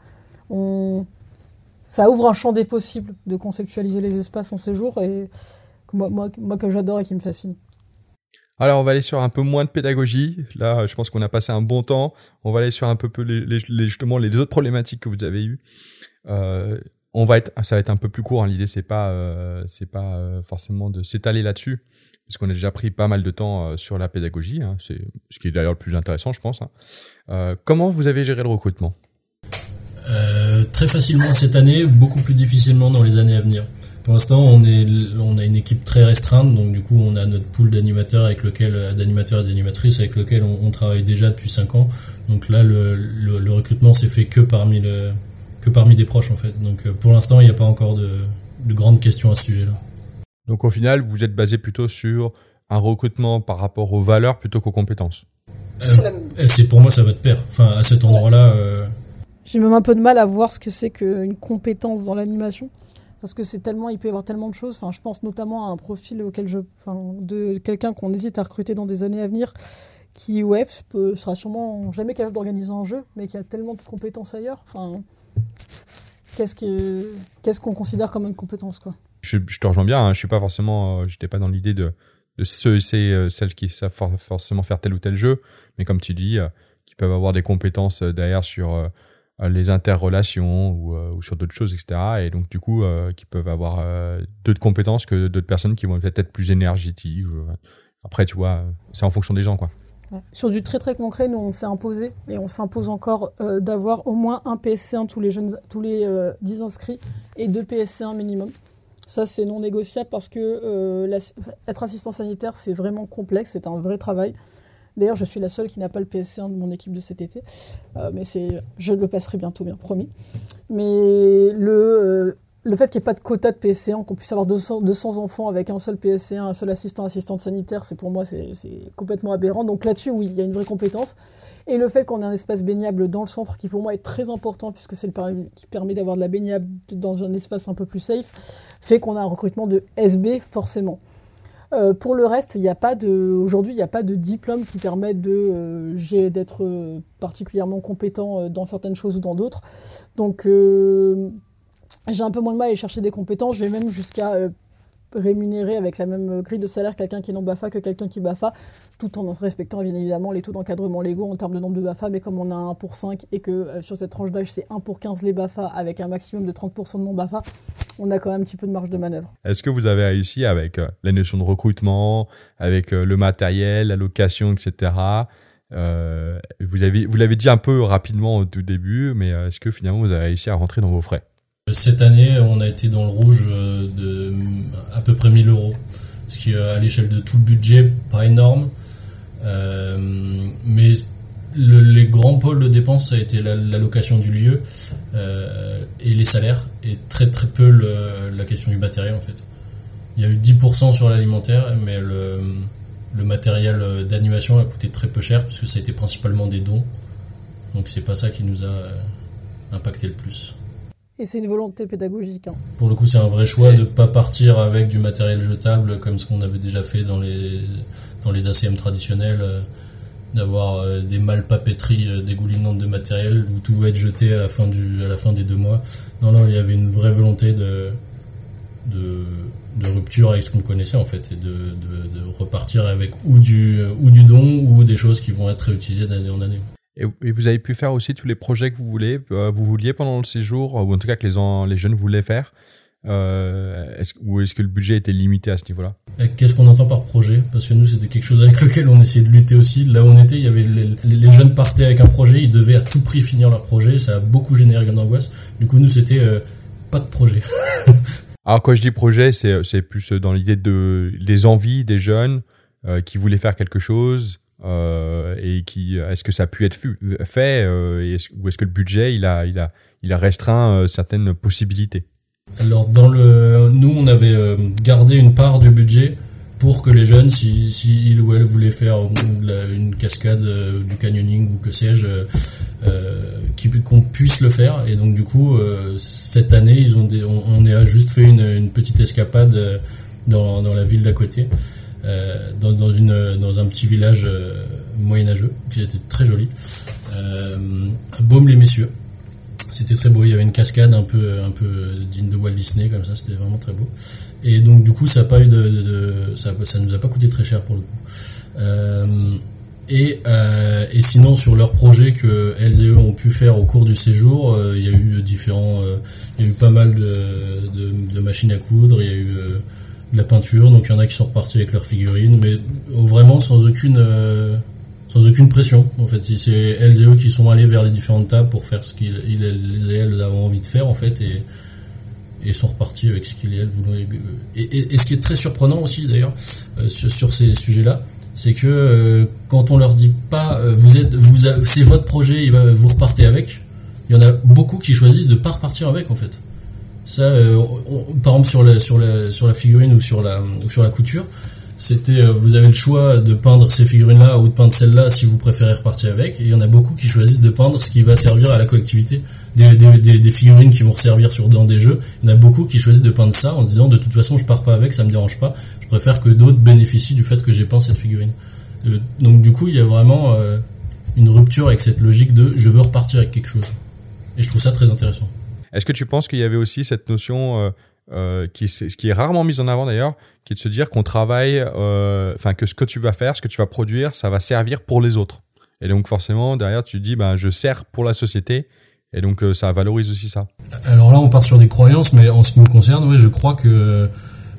Ça ouvre un champ des possibles de conceptualiser les espaces en séjour, et moi que j'adore et qui me fascine. Alors, on va aller sur un peu moins de pédagogie. Là, je pense qu'on a passé un bon temps. On va aller sur un peu justement les autres problématiques que vous avez eues. Ça va être un peu plus court. L'idée, c'est pas forcément de s'étaler là-dessus, parce qu'on a déjà pris pas mal de temps sur la pédagogie. C'est ce qui est d'ailleurs le plus intéressant, je pense. Comment vous avez géré le recrutement ? Très facilement cette année, beaucoup plus difficilement dans les années à venir. Pour l'instant, on a une équipe très restreinte, donc du coup, on a notre pool d'animateurs et d'animatrices avec lequel on travaille déjà depuis 5 ans. Donc là, le recrutement s'est fait que parmi des proches en fait. Donc pour l'instant, il n'y a pas encore de grandes questions à ce sujet-là. Donc au final, vous êtes basé plutôt sur un recrutement par rapport aux valeurs plutôt qu'aux compétences. Pour moi, ça va de pair. Enfin, à cet endroit-là. J'ai même un peu de mal à voir ce que c'est qu'une compétence dans l'animation. Parce que il peut y avoir tellement de choses. Enfin, je pense notamment à un profil de quelqu'un qu'on hésite à recruter dans des années à venir, qui sera sûrement jamais capable d'organiser un jeu, mais qui a tellement de compétences ailleurs. Enfin, qu'est-ce qu'on considère comme une compétence, quoi. Je te rejoins bien. Je suis pas forcément, j'étais pas dans l'idée de celles qui savent forcément faire tel ou tel jeu, mais comme tu dis, qui peuvent avoir des compétences derrière sur les interrelations ou sur d'autres choses, etc. Et donc, du coup, qui peuvent avoir d'autres compétences que d'autres personnes qui vont peut-être être plus énergétiques. Après, tu vois, c'est en fonction des gens, quoi. Ouais. Sur du très très concret, nous, on s'est imposé, et on s'impose encore d'avoir au moins un PSC1 tous les 10 inscrits, et 2 PSC1 minimum. Ça, c'est non négociable parce que être assistant sanitaire, c'est vraiment complexe, c'est un vrai travail. D'ailleurs, je suis la seule qui n'a pas le PSC1 de mon équipe de cet été. Mais je le passerai bientôt, bien promis. Mais le fait qu'il n'y ait pas de quota de PSC1, qu'on puisse avoir 200 enfants avec un seul PSC1, un seul assistante sanitaire, pour moi, c'est complètement aberrant. Donc là-dessus, oui, il y a une vraie compétence. Et le fait qu'on ait un espace baignable dans le centre, qui pour moi est très important, puisque c'est qui permet d'avoir de la baignade dans un espace un peu plus safe, fait qu'on a un recrutement de SB, forcément. Pour le reste, aujourd'hui, il n'y a pas de diplôme qui permette d'être particulièrement compétent dans certaines choses ou dans d'autres. Donc, j'ai un peu moins de mal à aller chercher des compétences. Je vais même jusqu'à rémunérer avec la même grille de salaire quelqu'un qui est non BAFA que quelqu'un qui est BAFA, tout en respectant bien évidemment les taux d'encadrement légaux en termes de nombre de BAFA. Mais comme on a 1 pour 5 et que sur cette tranche d'âge, c'est 1 pour 15 les BAFA avec un maximum de 30% de non BAFA, on a quand même un petit peu de marge de manœuvre. Est-ce que vous avez réussi avec la notion de recrutement, avec le matériel, la location, etc. Vous l'avez dit un peu rapidement au tout début, mais est-ce que finalement vous avez réussi à rentrer dans vos frais ? Cette année, on a été dans le rouge de à peu près 1 000 €, ce qui à l'échelle de tout le budget, pas énorme. Mais les grands pôles de dépenses, ça a été la location du lieu et les salaires, et très très peu la question du matériel en fait. Il y a eu 10% sur l'alimentaire, mais le matériel d'animation a coûté très peu cher, parce que ça a été principalement des dons. Donc c'est pas ça qui nous a impacté le plus. Et c'est une volonté pédagogique. Pour le coup, c'est un vrai choix de ne pas partir avec du matériel jetable comme ce qu'on avait déjà fait dans les ACM traditionnels, d'avoir des malles papeterie dégoulinantes de matériel où tout va être jeté à la fin des 2 mois. Non, il y avait une vraie volonté de rupture avec ce qu'on connaissait en fait, et de repartir avec ou du don ou des choses qui vont être réutilisées d'année en année. Et vous avez pu faire aussi tous les projets que vous vouliez pendant le séjour, ou en tout cas que les jeunes voulaient faire, est-ce que le budget était limité à ce niveau-là? Qu'est-ce qu'on entend par projet? Parce que nous, c'était quelque chose avec lequel on essayait de lutter aussi. Là où on était, il y avait les jeunes partaient avec un projet, ils devaient à tout prix finir leur projet, ça a beaucoup généré d'angoisse. Du coup, nous, c'était pas de projet. Alors quand je dis projet, c'est plus dans l'idée des envies des jeunes qui voulaient faire quelque chose, et est-ce que ça a pu être fait, ou est-ce que le budget il a restreint certaines possibilités? Alors nous on avait gardé une part du budget pour que les jeunes, si ils ou elles voulaient faire une cascade, du canyoning ou que sais-je, qu'on puisse le faire. Et donc du coup cette année on a juste fait une petite escapade dans la ville d'à côté, dans un petit village moyenâgeux qui était très joli, Baume-les-Messieurs. C'était très beau, il y avait une cascade un peu digne de Walt Disney comme ça, c'était vraiment très beau. Et donc du coup ça a pas eu ça nous a pas coûté très cher pour le coup. Et sinon sur leurs projets que elles et eux ont pu faire au cours du séjour, il y a eu pas mal de machines à coudre, il y a eu de la peinture, donc il y en a qui sont repartis avec leurs figurines, mais vraiment sans aucune pression. En fait, c'est elles et eux qui sont allés vers les différentes tables pour faire ce qu'ils et elles avaient envie de faire en fait, et sont repartis avec ce qu'ils et elles voulaient. Et ce qui est très surprenant aussi d'ailleurs sur ces sujets-là, c'est que quand on leur dit pas c'est votre projet, vous repartez avec, il y en a beaucoup qui choisissent de pas repartir avec en fait. Ça, par exemple sur la figurine ou sur la couture, c'était vous avez le choix de peindre ces figurines-là ou de peindre celles-là si vous préférez repartir avec. Et il y en a beaucoup qui choisissent de peindre ce qui va servir à la collectivité, des figurines qui vont servir dans des jeux. Il y en a beaucoup qui choisissent de peindre ça en disant de toute façon je pars pas avec, ça me dérange pas. Je préfère que d'autres bénéficient du fait que j'ai peint cette figurine. Donc du coup il y a vraiment une rupture avec cette logique de je veux repartir avec quelque chose. Et je trouve ça très intéressant. Est-ce que tu penses qu'il y avait aussi cette notion qui est rarement mise en avant d'ailleurs, qui est de se dire qu'on travaille, que ce que tu vas faire, ce que tu vas produire, ça va servir pour les autres. Et donc forcément derrière tu te dis je sers pour la société, et donc ça valorise aussi ça. Alors là on part sur des croyances, mais en ce qui me concerne, je crois que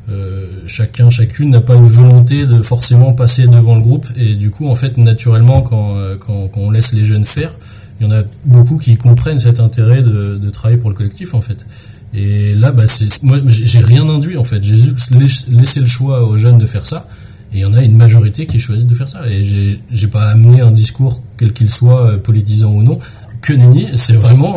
chacune n'a pas une volonté de forcément passer devant le groupe, et du coup en fait naturellement quand on laisse les jeunes faire, il y en a beaucoup qui comprennent cet intérêt de travailler pour le collectif en fait. Et là moi j'ai rien induit en fait, j'ai juste laissé le choix aux jeunes de faire ça, et il y en a une majorité qui choisissent de faire ça, et j'ai pas amené un discours quel qu'il soit, politisant ou non, que nenni. C'est vraiment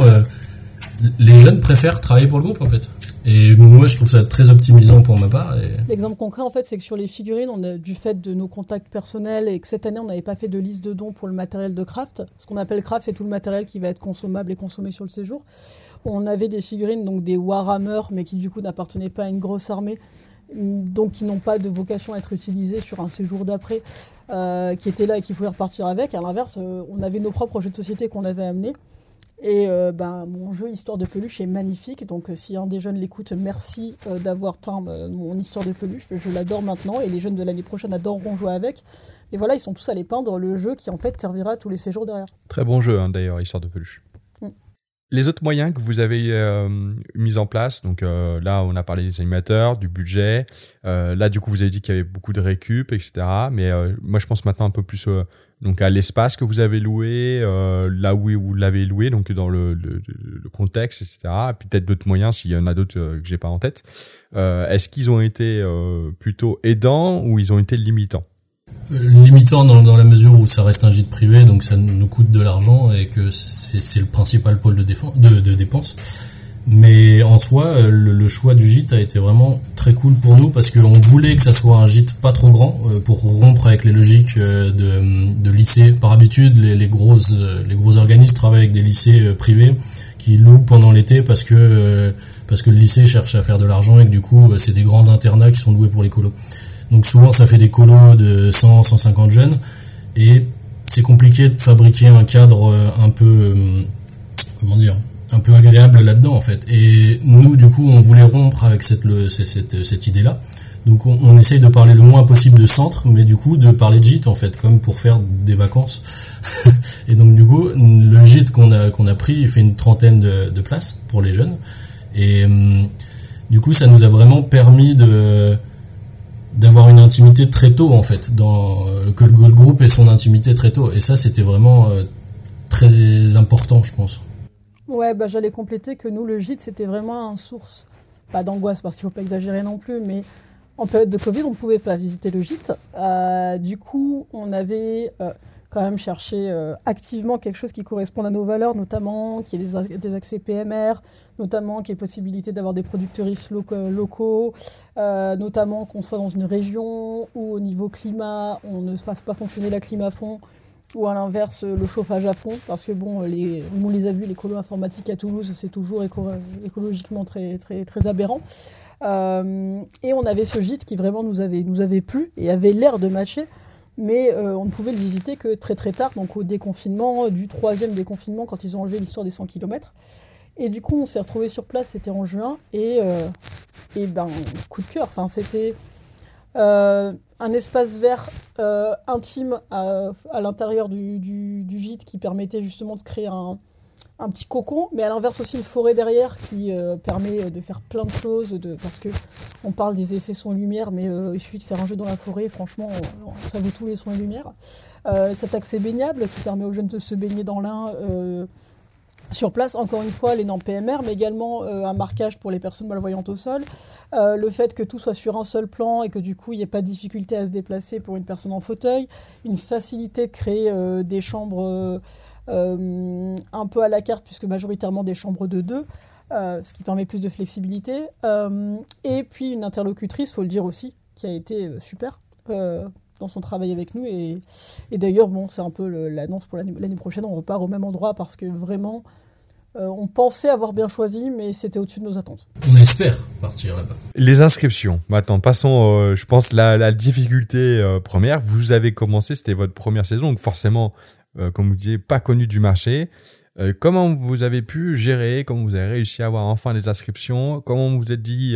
les jeunes préfèrent travailler pour le groupe en fait. Et moi je trouve ça très optimisant pour ma part. L'exemple concret en fait, c'est que sur les figurines, on a, du fait de nos contacts personnels, et que cette année on n'avait pas fait de liste de dons pour le matériel de craft. Ce qu'on appelle craft, c'est tout le matériel qui va être consommable et consommé sur le séjour. On avait des figurines, donc des Warhammer, mais qui du coup n'appartenaient pas à une grosse armée, donc qui n'ont pas de vocation à être utilisées sur un séjour d'après, qui étaient là et qui pouvaient repartir avec. À l'inverse, on avait nos propres jeux de société qu'on avait amenés. Et mon jeu Histoire de peluche est magnifique, donc si un des jeunes l'écoute, merci d'avoir peint mon Histoire de peluche, je l'adore maintenant, et les jeunes de l'année prochaine adoreront jouer avec. Et voilà, ils sont tous allés peindre le jeu qui en fait servira à tous les séjours derrière. Très bon jeu d'ailleurs, Histoire de peluche. Les autres moyens que vous avez mis en place, donc là on a parlé des animateurs, du budget, là du coup vous avez dit qu'il y avait beaucoup de récup, etc. Mais moi je pense maintenant un peu plus donc à l'espace que vous avez loué, là où vous l'avez loué, donc dans le contexte, etc. Et puis peut-être d'autres moyens s'il y en a d'autres que j'ai pas en tête. Est-ce qu'ils ont été plutôt aidants ou ils ont été limitants? Limitant dans la mesure où ça reste un gîte privé, donc ça nous coûte de l'argent et que c'est le principal pôle de dépenses. Mais en soi, le choix du gîte a été vraiment très cool pour nous, parce qu'on voulait que ça soit un gîte pas trop grand pour rompre avec les logiques de lycée. Par habitude, les gros organismes travaillent avec des lycées privés qui louent pendant l'été parce que le lycée cherche à faire de l'argent, et que du coup c'est des grands internats qui sont loués pour les colos. Donc souvent ça fait des colos de 100-150 jeunes, et c'est compliqué de fabriquer un cadre un peu un peu agréable là-dedans en fait. Et nous du coup on voulait rompre avec cette idée-là. Donc on essaye de parler le moins possible de centre, mais du coup de parler de gîte en fait, comme pour faire des vacances. Et donc du coup le gîte qu'on a pris, il fait une trentaine de places pour les jeunes. Et du coup ça nous a vraiment permis d'avoir une intimité très tôt en fait, que le groupe ait son intimité très tôt. Et ça c'était vraiment très important je pense. Ouais, j'allais compléter que nous, le gîte, c'était vraiment une source, pas d'angoisse parce qu'il ne faut pas exagérer non plus, mais en période de Covid, on ne pouvait pas visiter le gîte. Du coup, on avait quand même cherché activement quelque chose qui corresponde à nos valeurs, notamment qu'il y ait des accès PMR, notamment qu'il y ait possibilité d'avoir des producteuristes locaux, notamment qu'on soit dans une région où au niveau climat, on ne fasse pas fonctionner la clim à fond, ou à l'inverse le chauffage à fond, parce que bon, on les a vus, les colos informatiques à Toulouse, c'est toujours écologiquement très, très, très aberrant. Et on avait ce gîte qui vraiment nous avait plu et avait l'air de matcher, mais on ne pouvait le visiter que très très tard, donc au déconfinement, du 3e déconfinement, quand ils ont enlevé l'histoire des 100 km. Et du coup, on s'est retrouvés sur place, c'était en juin, et coup de cœur, c'était un espace vert intime à l'intérieur du gîte qui permettait justement de créer un petit cocon, mais à l'inverse aussi une forêt derrière qui permet de faire plein de choses, parce que on parle des effets son-lumière, mais il suffit de faire un jeu dans la forêt, franchement, ça vaut tous les sons et lumières. Cet accès baignable qui permet aux jeunes de se baigner dans l'Ain sur place, encore une fois, les normes PMR, mais également un marquage pour les personnes malvoyantes au sol. Le fait que tout soit sur un seul plan et que du coup, il n'y ait pas de difficulté à se déplacer pour une personne en fauteuil. Une facilité de créer des chambres un peu à la carte, puisque majoritairement des chambres de 2, ce qui permet plus de flexibilité. Et puis une interlocutrice, il faut le dire aussi, qui a été super dans son travail avec nous. Et d'ailleurs, c'est un peu l'annonce pour l'année prochaine. On repart au même endroit parce que vraiment, on pensait avoir bien choisi, mais c'était au-dessus de nos attentes. On espère partir là-bas. Les inscriptions. Maintenant, passons, je pense, la difficulté première. Vous avez commencé, c'était votre première saison, donc forcément, comme vous disiez, pas connu du marché. Comment vous avez pu gérer, comment vous avez réussi à avoir enfin des inscriptions? Comment vous vous êtes dit,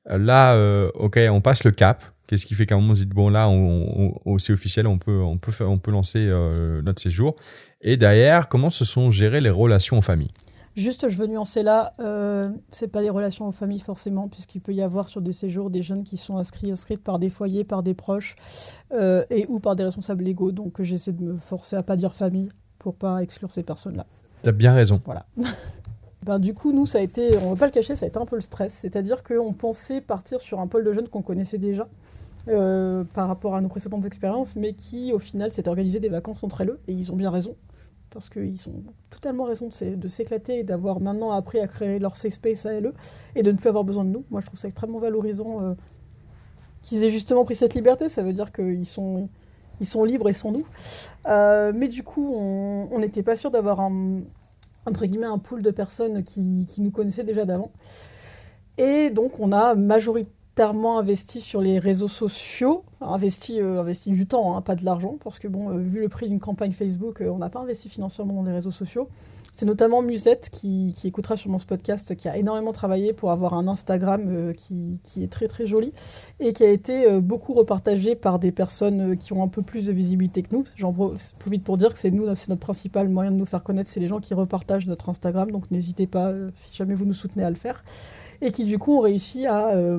ok, on passe le cap? Qu'est-ce qui fait qu'à un moment, vous dites, bon, là, c'est officiel, on peut lancer notre séjour. Et derrière, comment se sont gérées les relations en famille? Juste, je veux nuancer là, c'est pas les relations en famille forcément, puisqu'il peut y avoir sur des séjours des jeunes qui sont inscrites par des foyers, par des proches, et ou par des responsables légaux. Donc, j'essaie de me forcer à pas dire famille pour pas exclure ces personnes-là. T'as bien raison. Voilà. Du coup, nous, ça a été, on ne va pas le cacher, ça a été un peu le stress. C'est-à-dire qu'on pensait partir sur un pôle de jeunes qu'on connaissait déjà par rapport à nos précédentes expériences, mais qui, au final, s'étaient organisé des vacances entre elles. Et ils ont bien raison, parce qu'ils ont totalement raison de s'éclater et d'avoir maintenant appris à créer leur safe space à eux et de ne plus avoir besoin de nous. Moi, je trouve ça extrêmement valorisant qu'ils aient justement pris cette liberté. Ça veut dire qu'ils sont libres et sans nous. Mais du coup, on n'était pas sûr d'avoir entre guillemets un pool de personnes qui nous connaissaient déjà d'avant. Et donc, on a majoritairement investi sur les réseaux sociaux, investi du temps, pas de l'argent, parce que vu le prix d'une campagne Facebook, on n'a pas investi financièrement dans les réseaux sociaux. C'est notamment Musette, qui écoutera sûrement ce podcast, qui a énormément travaillé pour avoir un Instagram qui est très très joli et qui a été beaucoup repartagé par des personnes qui ont un peu plus de visibilité que nous. J'en profite pour dire que c'est notre principal moyen de nous faire connaître, c'est les gens qui repartagent notre Instagram, donc n'hésitez pas, si jamais vous nous soutenez, à le faire. Et qui du coup ont réussi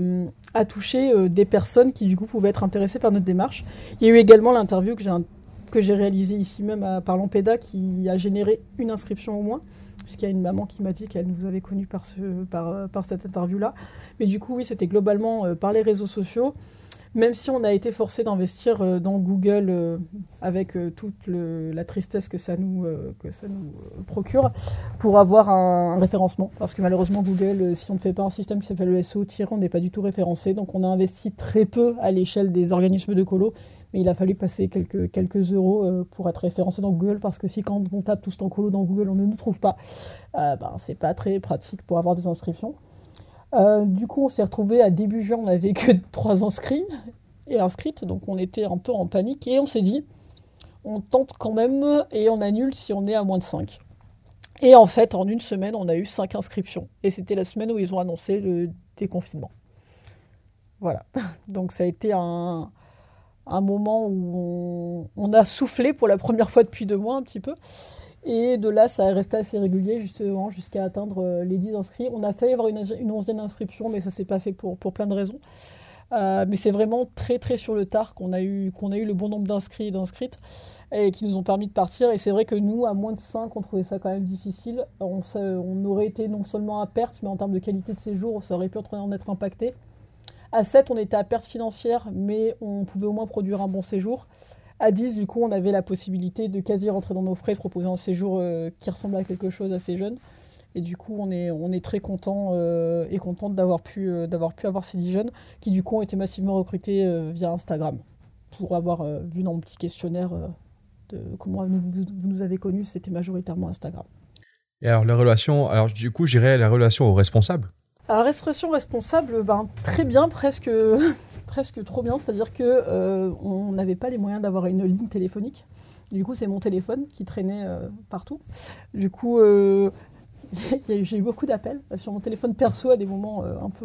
à toucher des personnes qui du coup pouvaient être intéressées par notre démarche. Il y a eu également l'interview que j'ai réalisé ici même à Parlampéda, qui a généré une inscription au moins, puisqu'il y a une maman qui m'a dit qu'elle nous avait connus par cette interview-là. Mais du coup, oui, c'était globalement par les réseaux sociaux, même si on a été forcé d'investir dans Google avec toute la tristesse que ça nous procure, pour avoir un référencement. Parce que malheureusement, Google, si on ne fait pas un système qui s'appelle le SEO, on n'est pas du tout référencé. Donc on a investi très peu à l'échelle des organismes de colo, mais il a fallu passer quelques euros pour être référencé dans Google, parce que si quand on tape Tous en colo dans Google, on ne nous trouve pas, c'est pas très pratique pour avoir des inscriptions. Du coup, on s'est retrouvés à début juin, on n'avait que 3 inscrits et inscrites, donc on était un peu en panique, et on s'est dit, on tente quand même et on annule si on est à moins de 5. Et en fait, en une semaine, on a eu 5 inscriptions. Et c'était la semaine où ils ont annoncé le déconfinement. Voilà. Donc ça a été un moment où on a soufflé pour la première fois depuis 2 mois un petit peu. Et de là, ça est resté assez régulier, justement, jusqu'à atteindre les 10 inscrits. On a failli avoir une 11e inscription, mais ça ne s'est pas fait pour plein de raisons. Mais c'est vraiment très très sur le tard qu'on a eu le bon nombre d'inscrits et d'inscrites et qui nous ont permis de partir. Et c'est vrai que nous, à moins de 5, on trouvait ça quand même difficile. On aurait été non seulement à perte, mais en termes de qualité de séjour, ça aurait pu en être impacté. À 7, on était à perte financière, mais on pouvait au moins produire un bon séjour. À 10, du coup, on avait la possibilité de quasi rentrer dans nos frais, de proposer un séjour qui ressemble à quelque chose assez jeune. Et du coup, on est très content et contente d'avoir pu avoir ces 10 jeunes qui, du coup, ont été massivement recrutés via Instagram. Pour avoir vu dans mon petit questionnaire de comment vous nous avez connus, c'était majoritairement Instagram. Et alors, du coup, j'irais la relation aux responsables. Alors, restauration responsable, très bien, presque trop bien. C'est-à-dire qu'on n'avait pas les moyens d'avoir une ligne téléphonique. Du coup, c'est mon téléphone qui traînait partout. Du coup, j'ai eu beaucoup d'appels sur mon téléphone perso à des moments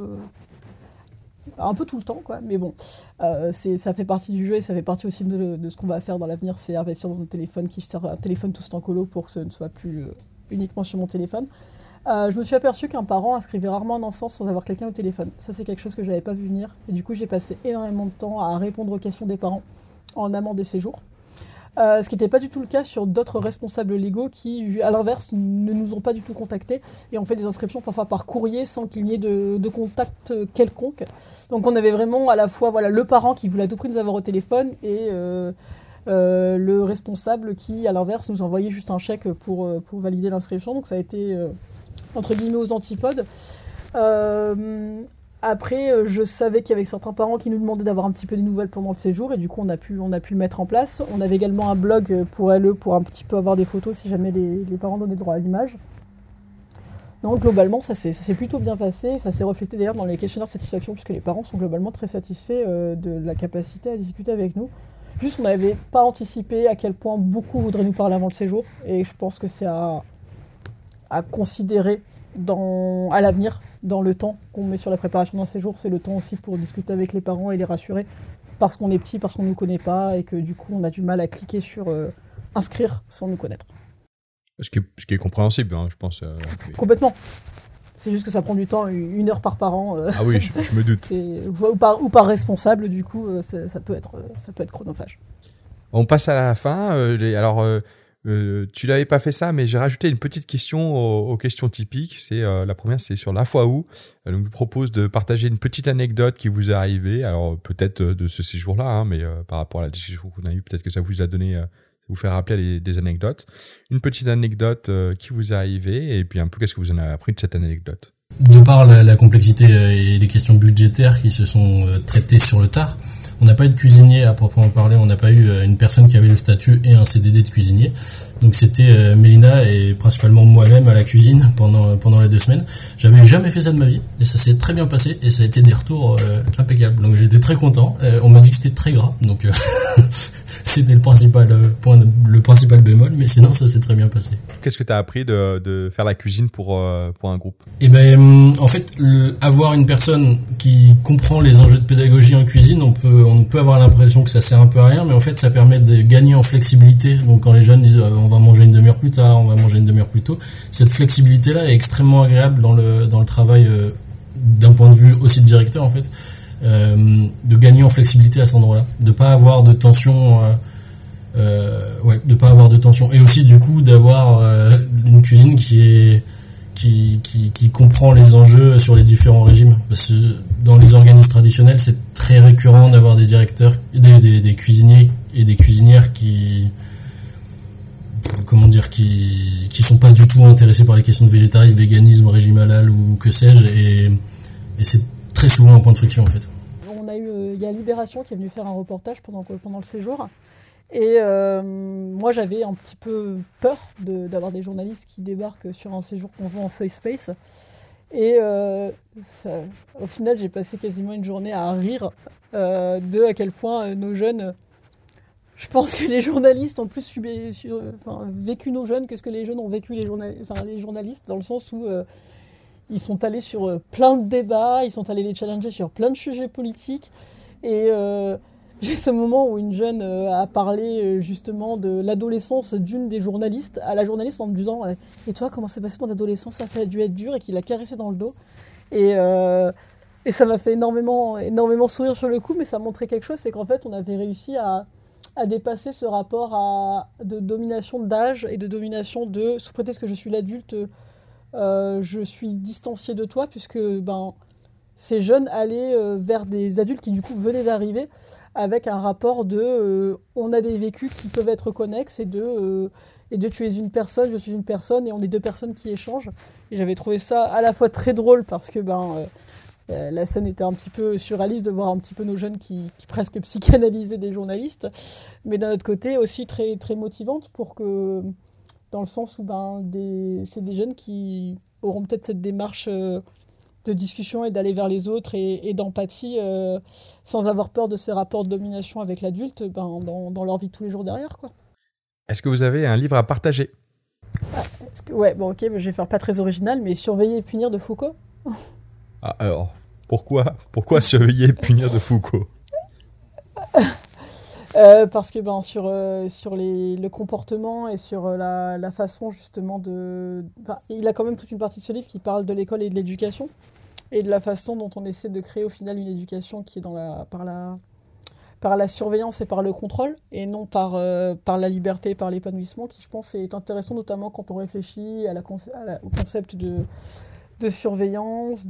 un peu tout le temps, quoi. Mais bon, ça fait partie du jeu et ça fait partie aussi de ce qu'on va faire dans l'avenir, c'est investir dans un téléphone qui sert un téléphone tout en colo pour que ce ne soit plus uniquement sur mon téléphone. Je me suis aperçue qu'un parent inscrivait rarement un enfant sans avoir quelqu'un au téléphone. Ça, c'est quelque chose que je n'avais pas vu venir. Et du coup, j'ai passé énormément de temps à répondre aux questions des parents en amont des séjours. Ce qui n'était pas du tout le cas sur d'autres responsables légaux qui, à l'inverse, ne nous ont pas du tout contactés et ont fait des inscriptions parfois par courrier sans qu'il n'y ait de contact quelconque. Donc on avait vraiment à la fois le parent qui voulait à tout prix nous avoir au téléphone et le responsable qui, à l'inverse, nous envoyait juste un chèque pour valider l'inscription. Donc ça a été, entre guillemets, aux antipodes. Après, je savais qu'il y avait certains parents qui nous demandaient d'avoir un petit peu des nouvelles pendant le séjour et du coup, on a pu le mettre en place. On avait également un blog pour LE pour un petit peu avoir des photos si jamais les parents donnaient droit à l'image. Donc globalement, ça s'est plutôt bien passé. Ça s'est reflété d'ailleurs dans les questionnaires de satisfaction puisque les parents sont globalement très satisfaits de la capacité à discuter avec nous. Juste, on n'avait pas anticipé à quel point beaucoup voudraient nous parler avant le séjour et je pense que c'est à considérer à l'avenir, dans le temps qu'on met sur la préparation d'un séjour, c'est le temps aussi pour discuter avec les parents et les rassurer parce qu'on est petit, parce qu'on ne nous connaît pas et que du coup on a du mal à cliquer sur inscrire sans nous connaître. Ce qui est compréhensible, hein, je pense. Complètement. C'est juste que ça prend du temps, 1 heure par parent. Ah oui, je me doute. ou par responsable, du coup, ça peut être chronophage. On passe à la fin. Tu l'avais pas fait ça, mais j'ai rajouté une petite question aux questions typiques. La première, c'est sur la fois où. Elle nous propose de partager une petite anecdote qui vous est arrivée. Alors peut-être de ce séjour-là, hein, mais par rapport à la discussion qu'on a eue, peut-être que ça vous a donné, vous fait rappeler des anecdotes. Une petite anecdote qui vous est arrivée et puis un peu qu'est-ce que vous en avez appris de cette anecdote. De par la complexité et les questions budgétaires qui se sont traitées sur le tard, on n'a pas eu de cuisinier à proprement parler, on n'a pas eu une personne qui avait le statut et un CDD de cuisinier. Donc c'était Mélina et principalement moi-même à la cuisine pendant les 2 semaines. J'avais jamais fait ça de ma vie et ça s'est très bien passé et ça a été des retours impeccables. Donc j'étais très content. On m'a dit que c'était très gras, donc c'était le principal bémol, mais sinon ça s'est très bien passé. Qu'est-ce que tu as appris de faire la cuisine pour un groupe ? Eh ben, en fait, avoir une personne qui comprend les enjeux de pédagogie en cuisine, on peut avoir l'impression que ça sert un peu à rien, mais en fait, ça permet de gagner en flexibilité. Donc, quand les jeunes disent on va manger une demi-heure plus tard, on va manger une demi-heure plus tôt, cette flexibilité-là est extrêmement agréable dans le travail d'un point de vue aussi de directeur, en fait, de gagner en flexibilité à cet endroit-là, de pas avoir de tension. De pas avoir de tension et aussi du coup d'avoir une cuisine qui comprend les enjeux sur les différents régimes, parce que dans les organismes traditionnels c'est très récurrent d'avoir des directeurs, des cuisiniers et des cuisinières qui sont pas du tout intéressés par les questions de végétarisme, véganisme, régime halal ou que sais-je, et c'est très souvent un point de friction en fait. Il y a Libération qui est venu faire un reportage pendant le séjour. Et moi, j'avais un petit peu peur d'avoir des journalistes qui débarquent sur un séjour qu'on voit en safe space. Et au final, j'ai passé quasiment une journée à rire à quel point nos jeunes Je pense que les journalistes ont plus vécu nos jeunes que ce que les jeunes ont vécu les journalistes, dans le sens où ils sont allés sur plein de débats, ils sont allés les challenger sur plein de sujets politiques. Et j'ai ce moment où une jeune a parlé justement de l'adolescence d'une des journalistes à la journaliste en me disant « Et toi, comment s'est passé ton adolescence ? Ça a dû être dur » et qu'il l'a caressé dans le dos. Et ça m'a fait énormément sourire sur le coup, mais ça montrait quelque chose, c'est qu'en fait, on avait réussi à dépasser ce rapport de domination d'âge et de domination sous prétexte que je suis l'adulte, je suis distancié de toi, puisque ces jeunes allaient vers des adultes qui du coup venaient d'arriver avec un rapport on a des vécus qui peuvent être connexes et tu es une personne, je suis une personne et on est deux personnes qui échangent. Et j'avais trouvé ça à la fois très drôle parce que la scène était un petit peu surréaliste de voir un petit peu nos jeunes qui presque psychanalysaient des journalistes, mais d'un autre côté aussi très, très motivante dans le sens où c'est des jeunes qui auront peut-être cette démarche de discussion et d'aller vers les autres et d'empathie sans avoir peur de ces rapports de domination avec l'adulte dans leur vie de tous les jours derrière, quoi. Est-ce que vous avez un livre à partager ? Ok, je vais faire pas très original, mais Surveiller et punir de Foucault. Ah, alors, pourquoi Surveiller et punir de Foucault ? Parce que sur le comportement et sur la façon justement il a quand même toute une partie de ce livre qui parle de l'école et de l'éducation et de la façon dont on essaie de créer au final une éducation qui est par la surveillance et par le contrôle et non par la liberté et par l'épanouissement, qui je pense est intéressant notamment quand on réfléchit au concept de surveillance,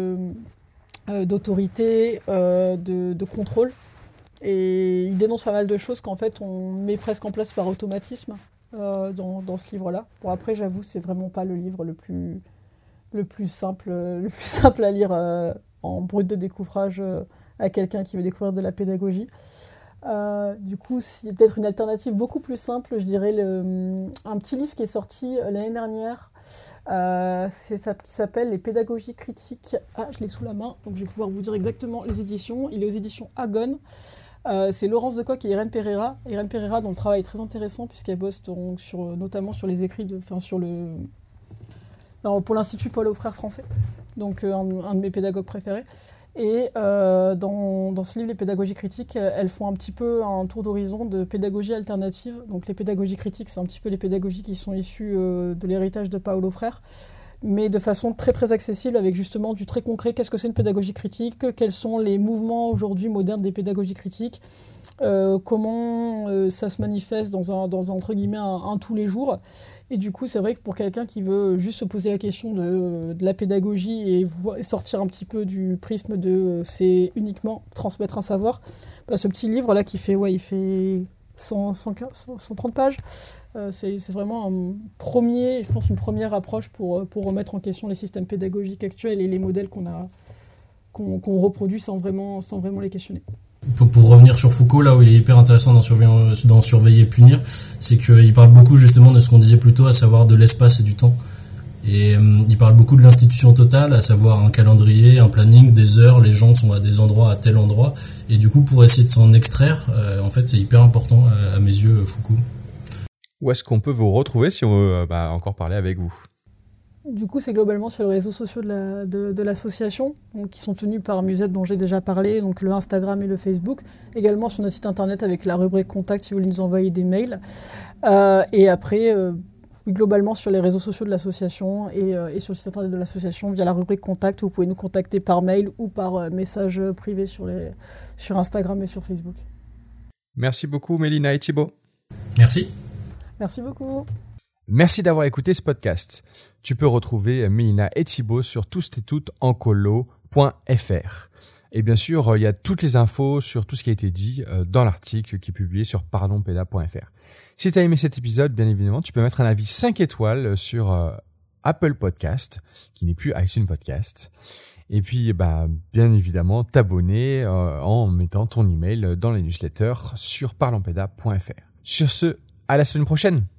d'autorité, de contrôle. Et il dénonce pas mal de choses qu'en fait on met presque en place par automatisme dans ce livre-là. Bon, après, j'avoue, c'est vraiment pas le livre le plus simple à lire en brut de découvrage à quelqu'un qui veut découvrir de la pédagogie. Du coup, c'est peut-être une alternative beaucoup plus simple, je dirais un petit livre qui est sorti l'année dernière, qui s'appelle Les pédagogies critiques. Ah, je l'ai sous la main, donc je vais pouvoir vous dire exactement les éditions. Il est aux éditions Agone. C'est Laurence Decoq et Irène Pereira. Irène Pereira, dont le travail est très intéressant puisqu'elle bosse donc notamment sur les écrits pour l'Institut Paul Auffrère français, donc un de mes pédagogues préférés. Et dans ce livre, Les pédagogies critiques, elles font un petit peu un tour d'horizon de pédagogie alternative. Donc les pédagogies critiques, c'est un petit peu les pédagogies qui sont issues de l'héritage de Paulo Freire, mais de façon très très accessible, avec justement du très concret. Qu'est-ce que c'est une pédagogie critique ? Quels sont les mouvements aujourd'hui modernes des pédagogies critiques ? Comment ça se manifeste dans un entre guillemets un tous les jours. Et du coup, c'est vrai que pour quelqu'un qui veut juste se poser la question de la pédagogie et sortir un petit peu du prisme de c'est uniquement transmettre un savoir, ce petit livre là qui fait il fait 130 pages, c'est vraiment une première approche pour remettre en question les systèmes pédagogiques actuels et les modèles qu'on reproduit sans vraiment les questionner. Pour revenir sur Foucault, là où il est hyper intéressant dans Surveiller et punir, c'est qu'il parle beaucoup justement de ce qu'on disait plus tôt, à savoir de l'espace et du temps. Et il parle beaucoup de l'institution totale, à savoir un calendrier, un planning, des heures, les gens sont à des endroits, à tel endroit. Et du coup, pour essayer de s'en extraire, en fait, c'est hyper important à mes yeux, Foucault. Où est-ce qu'on peut vous retrouver si on veut encore parler avec vous ? Du coup, c'est globalement sur les réseaux sociaux de l'association, donc, qui sont tenus par Musette, dont j'ai déjà parlé, donc le Instagram et le Facebook. Également sur notre site internet avec la rubrique Contact si vous voulez nous envoyer des mails. Et après, globalement sur les réseaux sociaux de l'association et sur le site internet de l'association via la rubrique Contact. Vous pouvez nous contacter par mail ou par message privé sur Instagram et sur Facebook. Merci beaucoup Mélina et Thibaut. Merci. Merci beaucoup. Merci d'avoir écouté ce podcast. Tu peux retrouver Mélina et Thibaut sur tousetetoutes-en-colo.fr. Et bien sûr, il y a toutes les infos sur tout ce qui a été dit dans l'article qui est publié sur pardonpeda.fr. Si tu as aimé cet épisode, bien évidemment, tu peux mettre un avis 5 étoiles sur Apple Podcast, qui n'est plus iTunes Podcast. Et puis, bien évidemment, t'abonner en mettant ton email dans les newsletters sur pardonpeda.fr. Sur ce, à la semaine prochaine.